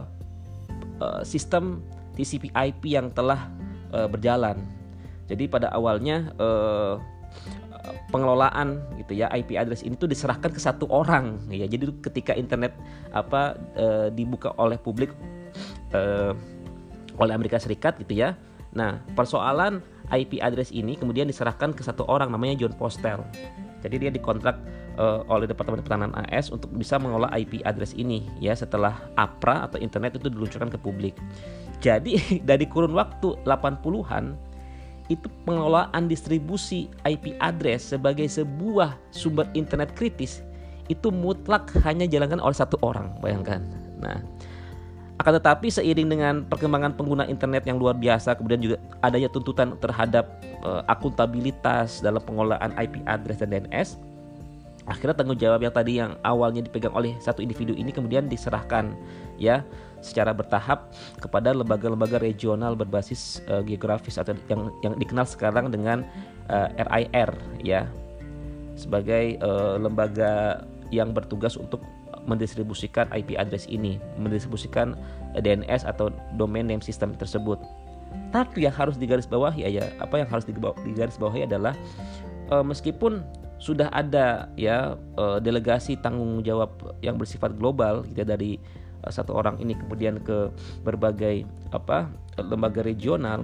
e, sistem T C P I P yang telah e, berjalan. Jadi pada awalnya eh, pengelolaan gitu ya I P address ini tuh diserahkan ke satu orang ya. Jadi ketika internet apa eh, dibuka oleh publik eh, oleh Amerika Serikat gitu ya. Nah, persoalan I P address ini kemudian diserahkan ke satu orang namanya John Postel. Jadi dia dikontrak eh, oleh Departemen Pertahanan A S untuk bisa mengelola I P address ini ya setelah A P R A atau internet itu diluncurkan ke publik. Jadi dari kurun waktu delapan puluhan itu pengelolaan distribusi I P address sebagai sebuah sumber internet kritis itu mutlak hanya dijalankan oleh satu orang, bayangkan. Nah, akan tetapi seiring dengan perkembangan pengguna internet yang luar biasa, kemudian juga adanya tuntutan terhadap uh, akuntabilitas dalam pengelolaan I P address dan D N S, akhirnya tanggung jawab yang tadi yang awalnya dipegang oleh satu individu ini kemudian diserahkan ya secara bertahap kepada lembaga-lembaga regional berbasis uh, geografis atau yang yang dikenal sekarang dengan uh, R I R ya, sebagai uh, lembaga yang bertugas untuk mendistribusikan I P address ini, mendistribusikan D N S atau domain name system tersebut. Tapi yang harus digarisbawahi ya, apa yang harus digarisbawahi adalah uh, meskipun sudah ada ya uh, delegasi tanggung jawab yang bersifat global gitu ya, dari uh, satu orang ini kemudian ke berbagai apa lembaga regional,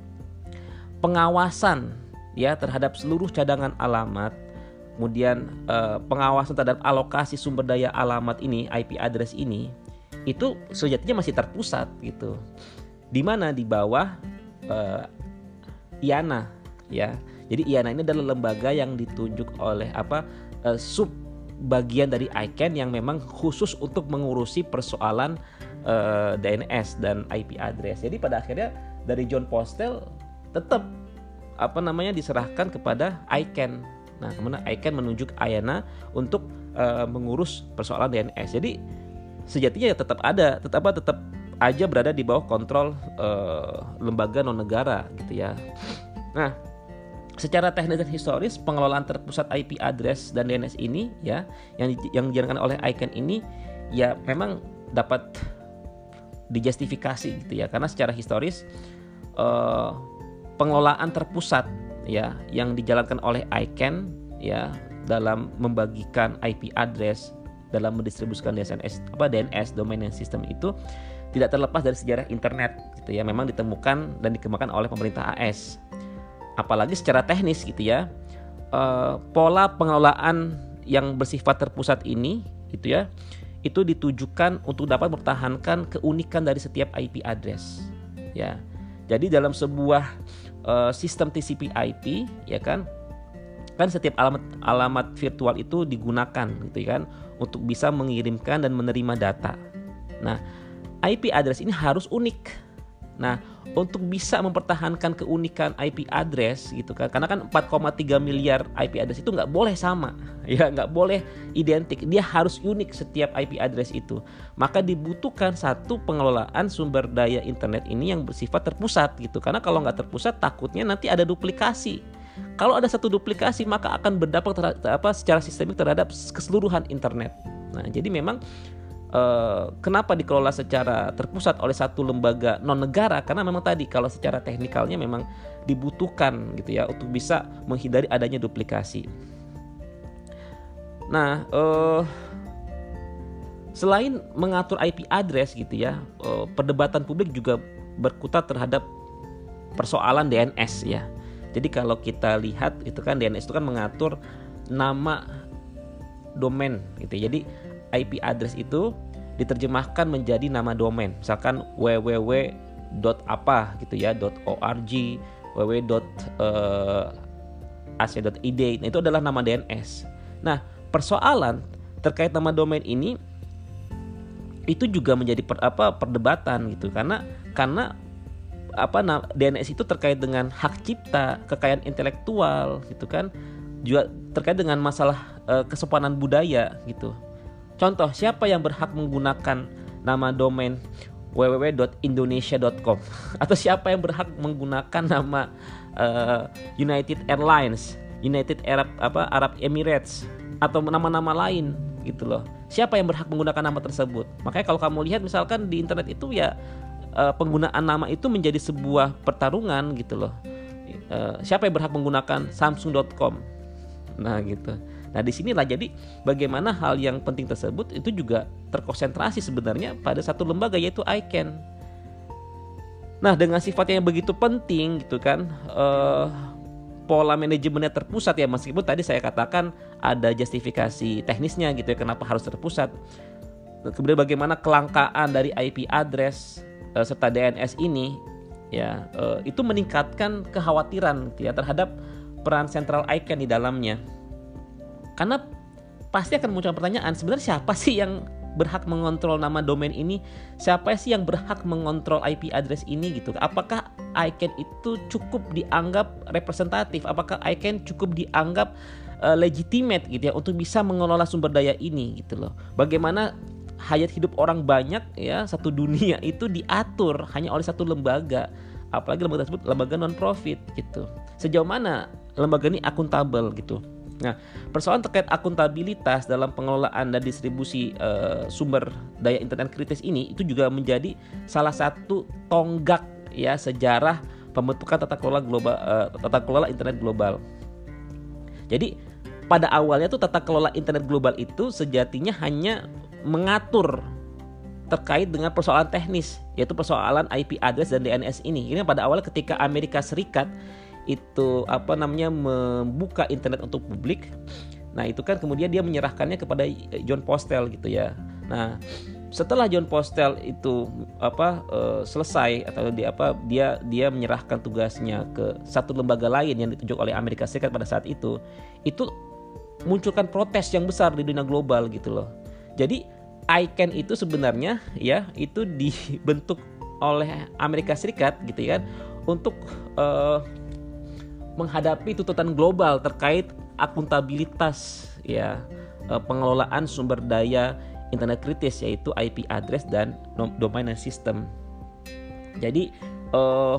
pengawasan ya terhadap seluruh cadangan alamat, kemudian uh, pengawasan terhadap alokasi sumber daya alamat ini, I P address ini, itu sejatinya masih terpusat gitu. Di mana di bawah uh, I A N A ya. Jadi I A N A ini adalah lembaga yang ditunjuk oleh apa uh, sub bagian dari I C A N yang memang khusus untuk mengurusi persoalan uh, D N S dan I P address. Jadi pada akhirnya dari John Postel tetap apa namanya diserahkan kepada I C A N. Nah, kemudian I C A N menunjuk I A N A untuk uh, mengurus persoalan D N S. Jadi sejatinya ya tetap ada, tetap apa tetap aja berada di bawah kontrol uh, lembaga non negara gitu ya. Nah, secara teknis dan historis pengelolaan terpusat I P address dan D N S ini ya yang yang dijalankan oleh I C A N ini ya memang dapat dijustifikasi gitu ya, karena secara historis uh, pengelolaan terpusat ya yang dijalankan oleh I C A N ya dalam membagikan I P address, dalam mendistribusikan D N S apa D N S domain name system itu tidak terlepas dari sejarah internet gitu ya, memang ditemukan dan dikembangkan oleh pemerintah A S. Apalagi secara teknis gitu ya, uh, pola pengelolaan yang bersifat terpusat ini gitu ya, itu ditujukan untuk dapat mempertahankan keunikan dari setiap I P address ya. Jadi dalam sebuah uh, sistem T C P I P ya kan, kan setiap alamat alamat virtual itu digunakan gitu kan untuk bisa mengirimkan dan menerima data. Nah, I P address ini harus unik. Nah, untuk bisa mempertahankan keunikan I P address gitu kan, karena kan empat koma tiga miliar I P address itu nggak boleh sama, ya nggak boleh identik, dia harus unik setiap I P address itu. Maka dibutuhkan satu pengelolaan sumber daya internet ini yang bersifat terpusat gitu, karena kalau nggak terpusat takutnya nanti ada duplikasi. Kalau ada satu duplikasi maka akan berdampak terhadap, apa, secara sistemik terhadap keseluruhan internet. Nah, jadi memang Uh, kenapa dikelola secara terpusat oleh satu lembaga non negara? Karena memang tadi kalau secara teknikalnya memang dibutuhkan gitu ya untuk bisa menghindari adanya duplikasi. Nah, uh, selain mengatur I P address gitu ya, uh, perdebatan publik juga berkutat terhadap persoalan D N S ya. Jadi kalau kita lihat itu kan D N S itu kan mengatur nama domain gitu. Jadi I P address itu diterjemahkan menjadi nama domain, misalkan www dot apa gitu ya, .org, www dot a c dot i d. Nah, itu adalah nama D N S. Nah, persoalan terkait nama domain ini itu juga menjadi per, apa perdebatan gitu, karena karena apa D N S itu terkait dengan hak cipta, kekayaan intelektual gitu kan, juga terkait dengan masalah uh, kesopanan budaya gitu. Contoh, siapa yang berhak menggunakan nama domain www dot indonesia dot com atau siapa yang berhak menggunakan nama uh, United Airlines, United Arab apa Arab Emirates atau nama-nama lain gitu loh. Siapa yang berhak menggunakan nama tersebut? Makanya kalau kamu lihat misalkan di internet itu ya uh, penggunaan nama itu menjadi sebuah pertarungan gitu loh. Uh, siapa yang berhak menggunakan samsung dot com? Nah, gitu. Nah, di sinilah jadi bagaimana hal yang penting tersebut itu juga terkonsentrasi sebenarnya pada satu lembaga yaitu I C A N. Nah, dengan sifatnya yang begitu penting gitu kan, uh, pola manajemennya terpusat ya, meskipun tadi saya katakan ada justifikasi teknisnya gitu ya kenapa harus terpusat. Kemudian bagaimana kelangkaan dari I P address uh, serta D N S ini ya uh, itu meningkatkan kekhawatiran gitu ya terhadap peran sentral I C A N di dalamnya. Karena pasti akan muncul pertanyaan, sebenarnya siapa sih yang berhak mengontrol nama domain ini? Siapa sih yang berhak mengontrol I P address ini gitu? Apakah I C A N itu cukup dianggap representatif? Apakah I C A N cukup dianggap uh, legitimate gitu ya untuk bisa mengelola sumber daya ini gitu loh? Bagaimana hayat hidup orang banyak ya satu dunia itu diatur hanya oleh satu lembaga, apalagi lembaga tersebut lembaga non profit gitu. Sejauh mana lembaga ini akuntabel gitu? Nah, persoalan terkait akuntabilitas dalam pengelolaan dan distribusi uh, sumber daya internet kritis ini itu juga menjadi salah satu tonggak ya sejarah pembentukan tata kelola global, uh, tata kelola internet global. Jadi pada awalnya tuh tata kelola internet global itu sejatinya hanya mengatur terkait dengan persoalan teknis, yaitu persoalan I P address dan D N S ini. Ini pada awalnya ketika Amerika Serikat itu apa namanya membuka internet untuk publik. Nah, itu kan kemudian dia menyerahkannya kepada John Postel gitu ya. Nah, setelah John Postel itu apa uh, selesai atau dia apa dia dia menyerahkan tugasnya ke satu lembaga lain yang ditunjuk oleh Amerika Serikat pada saat itu, itu munculkan protes yang besar di dunia global gitu loh. Jadi I C A N itu sebenarnya ya itu dibentuk oleh Amerika Serikat gitu kan untuk uh, menghadapi tuntutan global terkait akuntabilitas ya pengelolaan sumber daya internet kritis, yaitu I P address dan domain system. Jadi uh,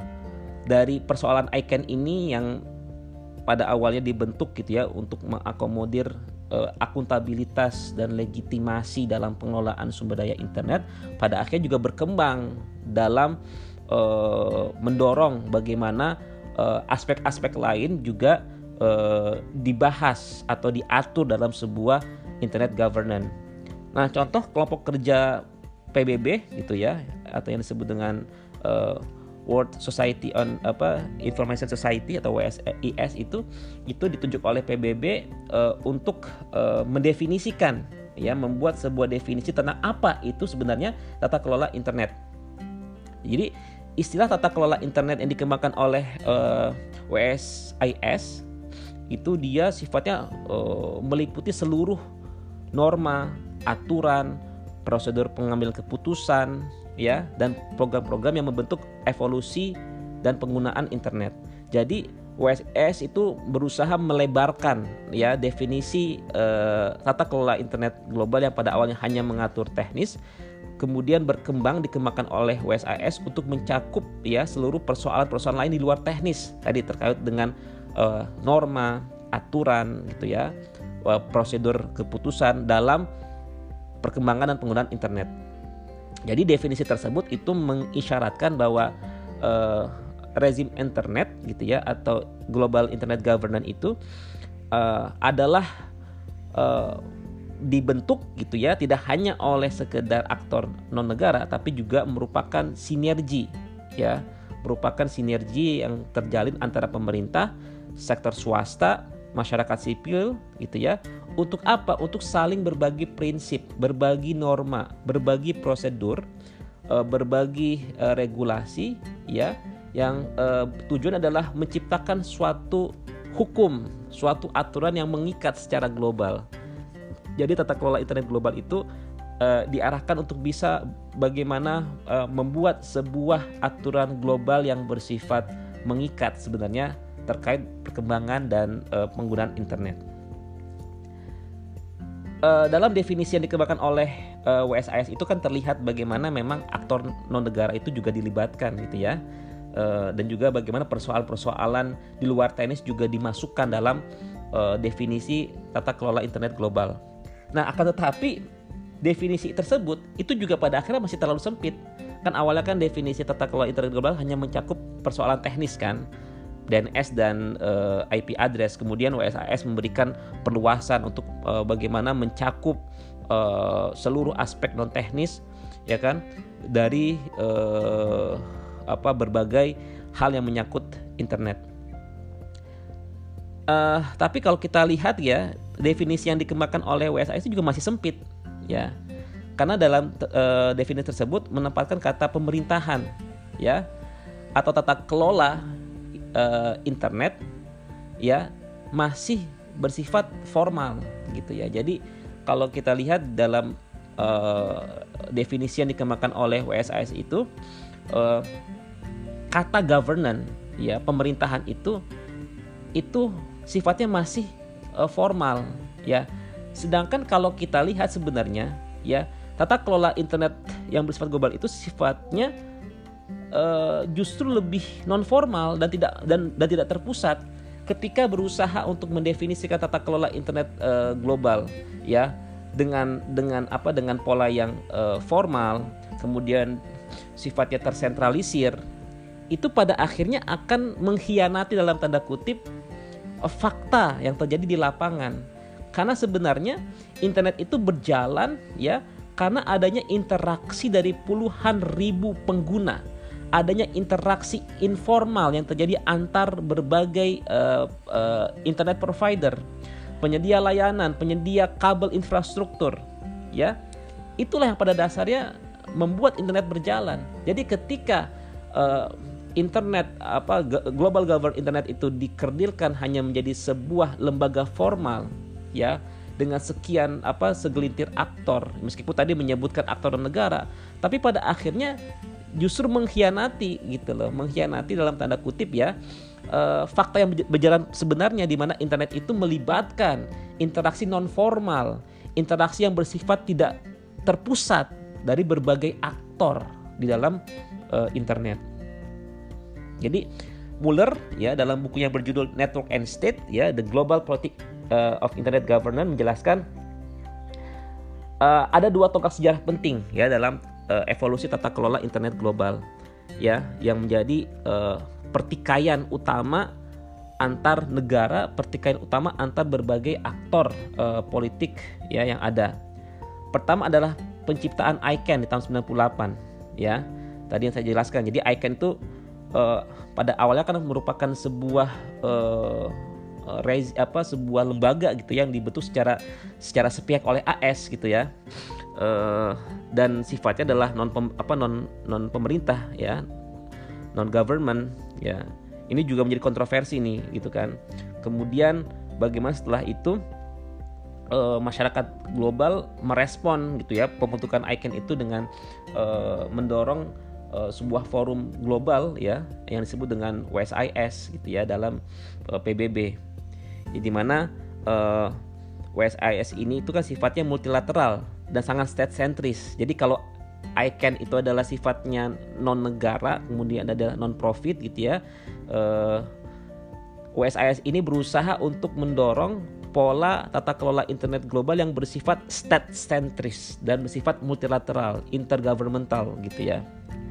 dari persoalan I C A N ini yang pada awalnya dibentuk gitu ya untuk mengakomodir uh, akuntabilitas dan legitimasi dalam pengelolaan sumber daya internet, pada akhirnya juga berkembang dalam uh, mendorong bagaimana Uh, aspek-aspek lain juga uh, dibahas atau diatur dalam sebuah internet governance. Nah, contoh kelompok kerja P B B gitu ya, atau yang disebut dengan uh, World Society on apa Information Society atau W S I S itu itu ditunjuk oleh P B B uh, untuk uh, mendefinisikan ya, membuat sebuah definisi tentang apa itu sebenarnya tata kelola internet. Jadi istilah tata kelola internet yang dikembangkan oleh uh, W S I S itu dia sifatnya uh, meliputi seluruh norma, aturan, prosedur pengambilan keputusan ya, dan program-program yang membentuk evolusi dan penggunaan internet. Jadi W S I S itu berusaha melebarkan ya definisi uh, tata kelola internet global yang pada awalnya hanya mengatur teknis, kemudian berkembang dikembangkan oleh W S I S untuk mencakup ya seluruh persoalan-persoalan lain di luar teknis tadi terkait dengan uh, norma, aturan gitu ya, uh, prosedur keputusan dalam perkembangan dan penggunaan internet. Jadi definisi tersebut itu mengisyaratkan bahwa uh, rezim internet gitu ya atau global internet governance itu uh, adalah uh, dibentuk gitu ya tidak hanya oleh sekedar aktor non negara, tapi juga merupakan sinergi ya, merupakan sinergi yang terjalin antara pemerintah, sektor swasta, masyarakat sipil gitu ya. Untuk apa? Untuk saling berbagi prinsip, berbagi norma, berbagi prosedur, berbagi regulasi ya, yang tujuan adalah menciptakan suatu hukum, suatu aturan yang mengikat secara global. Jadi tata kelola internet global itu uh, diarahkan untuk bisa bagaimana uh, membuat sebuah aturan global yang bersifat mengikat sebenarnya terkait perkembangan dan uh, penggunaan internet. Uh, dalam definisi yang dikembangkan oleh uh, W S I S itu kan terlihat bagaimana memang aktor non negara itu juga dilibatkan gitu ya. Uh, dan juga bagaimana persoalan-persoalan di luar teknis juga dimasukkan dalam uh, definisi tata kelola internet global. Nah, akan tetapi definisi tersebut itu juga pada akhirnya masih terlalu sempit. Kan awalnya kan definisi tata kelola internet global hanya mencakup persoalan teknis kan, D N S dan uh, I P address. Kemudian W S I S memberikan perluasan untuk uh, bagaimana mencakup uh, seluruh aspek non teknis ya kan, dari uh, apa berbagai hal yang menyangkut internet. Uh, tapi kalau kita lihat ya, definisi yang dikembangkan oleh W S I S itu juga masih sempit ya, karena dalam uh, definisi tersebut menempatkan kata pemerintahan ya atau tata kelola uh, internet ya masih bersifat formal gitu ya. Jadi kalau kita lihat dalam uh, definisi yang dikembangkan oleh W S I S itu uh, kata governance ya, pemerintahan itu itu sifatnya masih uh, formal ya. Sedangkan kalau kita lihat sebenarnya ya, tata kelola internet yang bersifat global itu sifatnya uh, justru lebih non formal dan tidak dan dan tidak terpusat. ketika berusaha untuk mendefinisikan tata kelola internet uh, global, ya, dengan dengan apa dengan pola yang uh, formal, kemudian sifatnya tersentralisir, itu pada akhirnya akan mengkhianati dalam tanda kutip uh, fakta yang terjadi di lapangan. Karena sebenarnya internet itu berjalan, ya, karena adanya interaksi dari puluhan ribu pengguna, adanya interaksi informal yang terjadi antar berbagai uh, uh, internet provider, penyedia layanan, penyedia kabel infrastruktur, ya. Itulah yang pada dasarnya membuat internet berjalan. Jadi ketika uh, internet apa global governed internet itu dikerdilkan hanya menjadi sebuah lembaga formal, ya, dengan sekian apa segelintir aktor, meskipun tadi menyebutkan aktor dan negara, tapi pada akhirnya justru mengkhianati gitu loh, mengkhianati dalam tanda kutip, ya, uh, fakta yang berjalan sebenarnya, di mana internet itu melibatkan interaksi non formal, interaksi yang bersifat tidak terpusat dari berbagai aktor di dalam uh, internet. Jadi Muller, ya, dalam bukunya berjudul Network and State, ya, The Global Politics uh, of Internet Governance, menjelaskan uh, ada dua tonggak sejarah penting, ya, dalam uh, evolusi tata kelola internet global, ya, yang menjadi uh, pertikaian utama antar negara, pertikaian utama antar berbagai aktor uh, politik, ya, yang ada. Pertama adalah penciptaan I C A N di tahun sembilan puluh delapan, ya. Tadi yang saya jelaskan. Jadi I C A N itu uh, pada awalnya kan merupakan sebuah uh, Rez, apa sebuah lembaga gitu yang dibentuk secara secara sepihak oleh A S gitu, ya, uh, dan sifatnya adalah non pem, apa non non pemerintah, ya, non government, ya. Ini juga menjadi kontroversi nih gitu kan. Kemudian bagaimana setelah itu uh, masyarakat global merespon gitu, ya, pembentukan I C A N itu dengan uh, mendorong uh, sebuah forum global, ya, yang disebut dengan W S I S gitu, ya, dalam uh, P B B. Di mana uh, W S I S ini itu kan sifatnya multilateral dan sangat state sentris. Jadi kalau I C A N itu adalah sifatnya non negara, kemudian adalah non profit gitu, ya, uh, W S I S ini berusaha untuk mendorong pola tata kelola internet global yang bersifat state sentris dan bersifat multilateral, intergovernmental gitu, ya.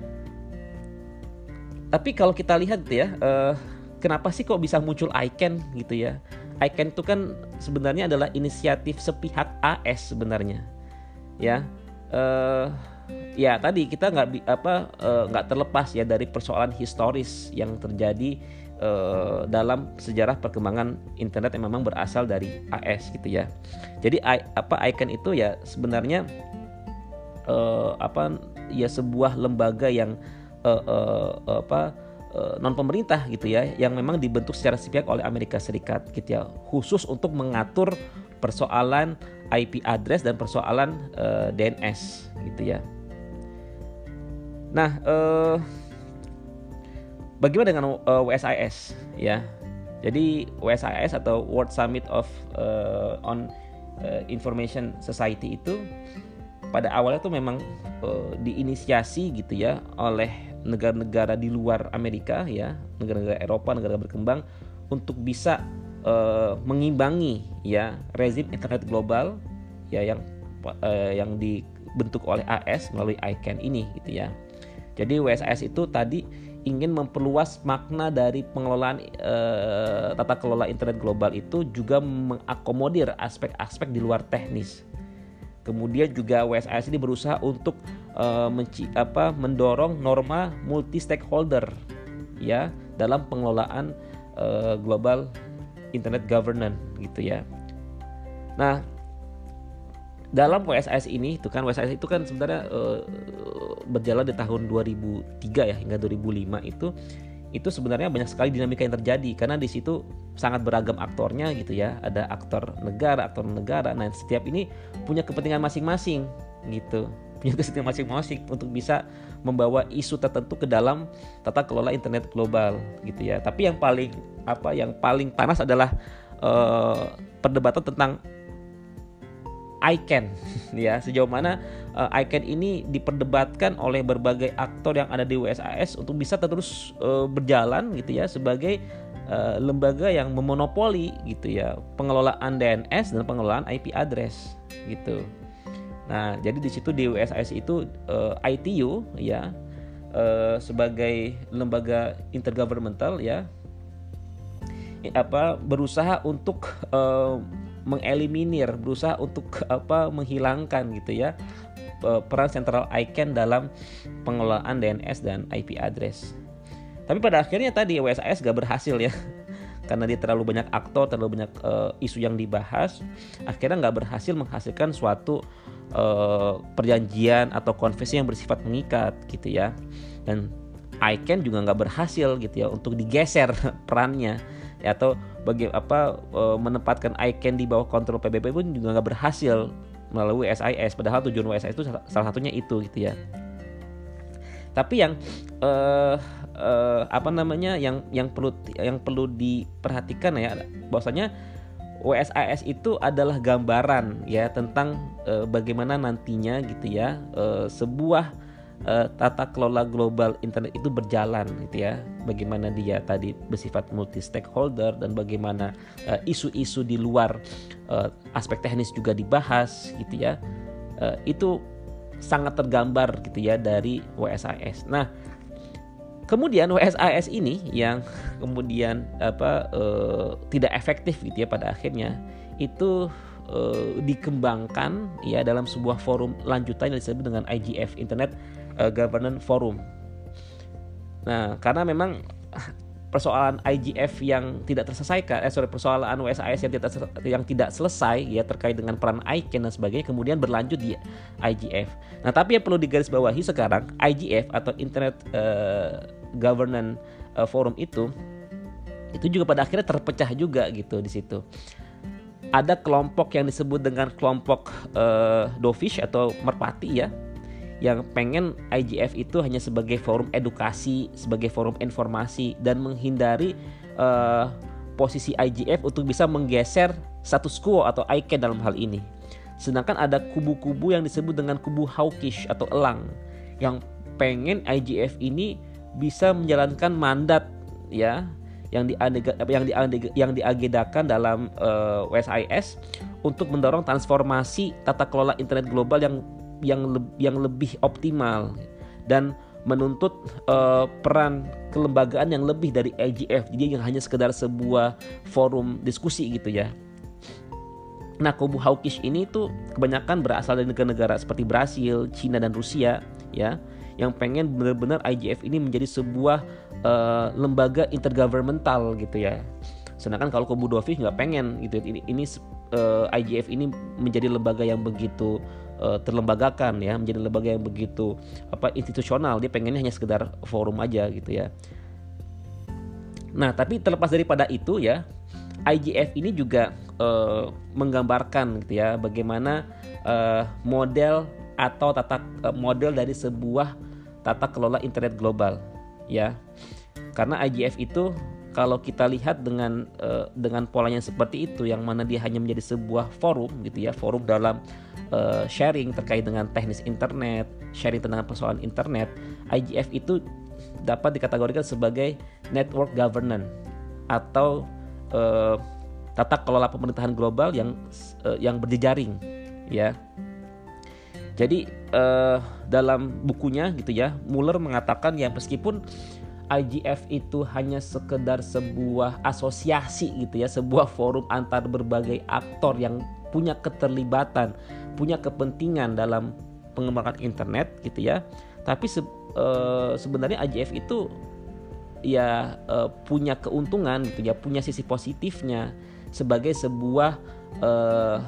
Tapi kalau kita lihat gitu, ya, uh, kenapa sih kok bisa muncul I C A N gitu, ya? I C A N itu kan sebenarnya adalah inisiatif sepihak A S sebenarnya, ya. Uh, ya tadi kita nggak apa nggak uh, terlepas, ya, dari persoalan historis yang terjadi uh, dalam sejarah perkembangan internet yang memang berasal dari A S gitu, ya. Jadi I, apa I C A N itu, ya, sebenarnya uh, apa ya sebuah lembaga yang uh, uh, apa non pemerintah gitu, ya, yang memang dibentuk secara sepihak oleh Amerika Serikat gitu, ya, khusus untuk mengatur persoalan I P address dan persoalan uh, D N S gitu, ya. Nah, uh, bagaimana dengan uh, W S I S, ya? Jadi W S I S atau World Summit of uh, on uh, Information Society itu pada awalnya tuh memang uh, diinisiasi gitu, ya, oleh negara-negara di luar Amerika, ya, negara-negara Eropa, negara berkembang, untuk bisa uh, mengimbangi, ya, rezim internet global, ya, yang uh, yang dibentuk oleh A S melalui I C A N ini gitu, ya. Jadi W S I S itu tadi ingin memperluas makna dari pengelolaan uh, tata kelola internet global itu, juga mengakomodir aspek-aspek di luar teknis. Kemudian juga W S I S ini berusaha untuk uh, menci, apa, mendorong norma multi stakeholder, ya, dalam pengelolaan uh, global internet governance gitu, ya. Nah, dalam W S I S ini itu kan W S I S itu kan sebenarnya uh, berjalan di tahun dua ribu tiga, ya, hingga dua ribu lima itu itu sebenarnya banyak sekali dinamika yang terjadi, karena di situ sangat beragam aktornya gitu, ya. Ada aktor negara, aktor negara. Nah, setiap ini punya kepentingan masing-masing gitu, punya kepentingan masing-masing untuk bisa membawa isu tertentu ke dalam tata kelola internet global gitu, ya. Tapi yang paling apa yang paling panas adalah uh, perdebatan tentang I C A N, ya, sejauh mana uh, I C A N ini diperdebatkan oleh berbagai aktor yang ada di W S I S untuk bisa terus uh, berjalan gitu, ya, sebagai uh, lembaga yang memonopoli gitu ya pengelolaan D N S dan pengelolaan I P address gitu. Nah, jadi di situ di W S I S itu uh, I T U ya uh, sebagai lembaga intergovernmental ya apa berusaha untuk uh, mengeliminir, berusaha untuk apa menghilangkan gitu ya peran sentral I C A N dalam pengelolaan D N S dan I P address. Tapi pada akhirnya tadi W S I S gak berhasil ya, karena dia terlalu banyak aktor, terlalu banyak uh, isu yang dibahas, akhirnya gak berhasil menghasilkan suatu uh, perjanjian atau konvensi yang bersifat mengikat gitu ya. Dan I C A N juga gak berhasil gitu ya untuk digeser perannya ya, atau bagi apa uh, menempatkan I C A N di bawah kontrol P B B pun juga gak berhasil melalui W S I S. Padahal tujuan W S I S itu salah satunya itu gitu ya. Tapi yang uh, uh, apa namanya yang yang perlu yang perlu diperhatikan ya, bahwasanya W S I S itu adalah gambaran ya tentang uh, bagaimana nantinya gitu ya uh, sebuah uh, tata kelola global internet itu berjalan gitu ya. Bagaimana dia tadi bersifat multi stakeholder dan bagaimana uh, isu-isu di luar uh, aspek teknis juga dibahas gitu ya. Uh, itu sangat tergambar gitu ya dari W S I S. Nah, kemudian W S I S ini yang kemudian apa eh, tidak efektif gitu ya pada akhirnya itu eh, dikembangkan ya dalam sebuah forum lanjutan yang disebut dengan I G F, Internet eh, Governance Forum. Nah, karena memang persoalan I G F yang tidak terselesaikan, eh sorry persoalan W S I S yang tidak yang tidak selesai ya terkait dengan peran I C A N dan sebagainya, kemudian berlanjut di I G F. Nah, tapi yang perlu digarisbawahi sekarang I G F atau Internet uh, Governance uh, Forum itu itu juga pada akhirnya terpecah juga gitu di situ. Ada kelompok yang disebut dengan kelompok uh, dovish atau merpati ya, yang pengen I G F itu hanya sebagai forum edukasi, sebagai forum informasi, dan menghindari uh, posisi I G F untuk bisa menggeser status quo atau I C A N dalam hal ini. Sedangkan ada kubu-kubu yang disebut dengan kubu hawkish atau elang yang pengen I G F ini bisa menjalankan mandat ya yang diadega, yang diadega, yang diagendakan dalam uh, W S I S untuk mendorong transformasi tata kelola internet global yang yang le- yang lebih optimal dan menuntut uh, peran kelembagaan yang lebih dari I G F. Jadi yang hanya sekedar sebuah forum diskusi gitu ya. Nah, kubu hawkish ini tuh kebanyakan berasal dari negara-negara seperti Brasil, Cina dan Rusia ya, yang pengen benar-benar I G F ini menjadi sebuah uh, lembaga intergovernmental gitu ya. Sedangkan kalau kubu dovish nggak pengen gitu. Ini, ini uh, I G F ini menjadi lembaga yang begitu uh, terlembagakan ya, menjadi lembaga yang begitu apa institusional. Dia pengennya hanya sekedar forum aja gitu ya. Nah, tapi terlepas daripada itu ya, I G F ini juga uh, menggambarkan gitu ya bagaimana uh, model atau tata uh, model dari sebuah tata kelola internet global ya. Karena I G F itu kalau kita lihat dengan uh, dengan polanya seperti itu, yang mana dia hanya menjadi sebuah forum gitu ya, forum dalam uh, sharing terkait dengan teknis internet, sharing tentang persoalan internet, I G F itu dapat dikategorikan sebagai network governance atau uh, tata kelola pemerintahan global yang uh, yang berjejaring ya. Jadi uh, dalam bukunya gitu ya, Muller mengatakan ya meskipun I G F itu hanya sekedar sebuah asosiasi gitu ya, sebuah forum antar berbagai aktor yang punya keterlibatan, punya kepentingan dalam pengembangan internet gitu ya. Tapi se- uh, sebenarnya I G F itu ya uh, punya keuntungan gitu ya, punya sisi positifnya sebagai sebuah uh,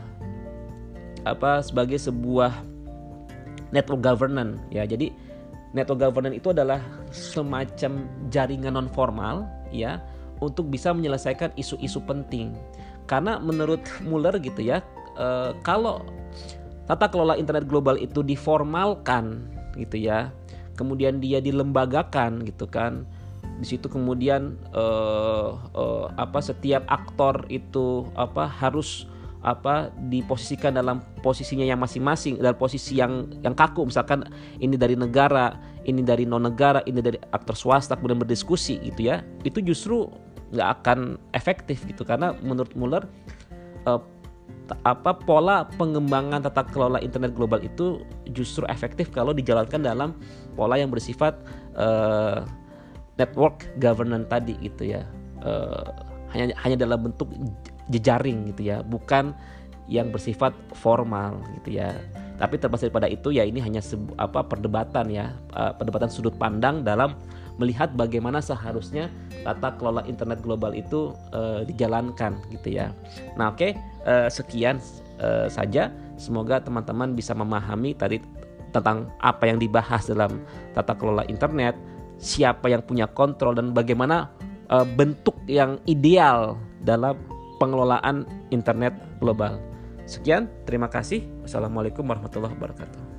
apa sebagai sebuah network governance ya. Jadi network governance itu adalah semacam jaringan non formal ya untuk bisa menyelesaikan isu-isu penting. Karena menurut Muller gitu ya, uh, kalau tata kelola internet global itu diformalkan gitu ya, kemudian dia dilembagakan gitu kan. Di situ kemudian uh, uh, apa setiap aktor itu apa harus apa diposisikan dalam posisinya yang masing-masing, dalam posisi yang yang kaku, misalkan ini dari negara, ini dari non negara, ini dari aktor swasta, kemudian berdiskusi gitu ya. Itu justru nggak akan efektif gitu. Karena menurut Muller uh, apa pola pengembangan tata kelola internet global itu justru efektif kalau dijalankan dalam pola yang bersifat uh, network governance tadi gitu ya, uh, hanya hanya dalam bentuk jejaring gitu ya, bukan yang bersifat formal gitu ya. Tapi terlepas daripada itu ya, ini hanya sebu, apa perdebatan ya, uh, perdebatan sudut pandang dalam melihat bagaimana seharusnya tata kelola internet global itu uh, dijalankan gitu ya. Nah oke, okay, uh, sekian uh, saja. Semoga teman-teman bisa memahami tadi tentang apa yang dibahas dalam tata kelola internet, siapa yang punya kontrol, dan bagaimana uh, bentuk yang ideal dalam pengelolaan internet global. Sekian, terima kasih. Wassalamualaikum warahmatullahi wabarakatuh.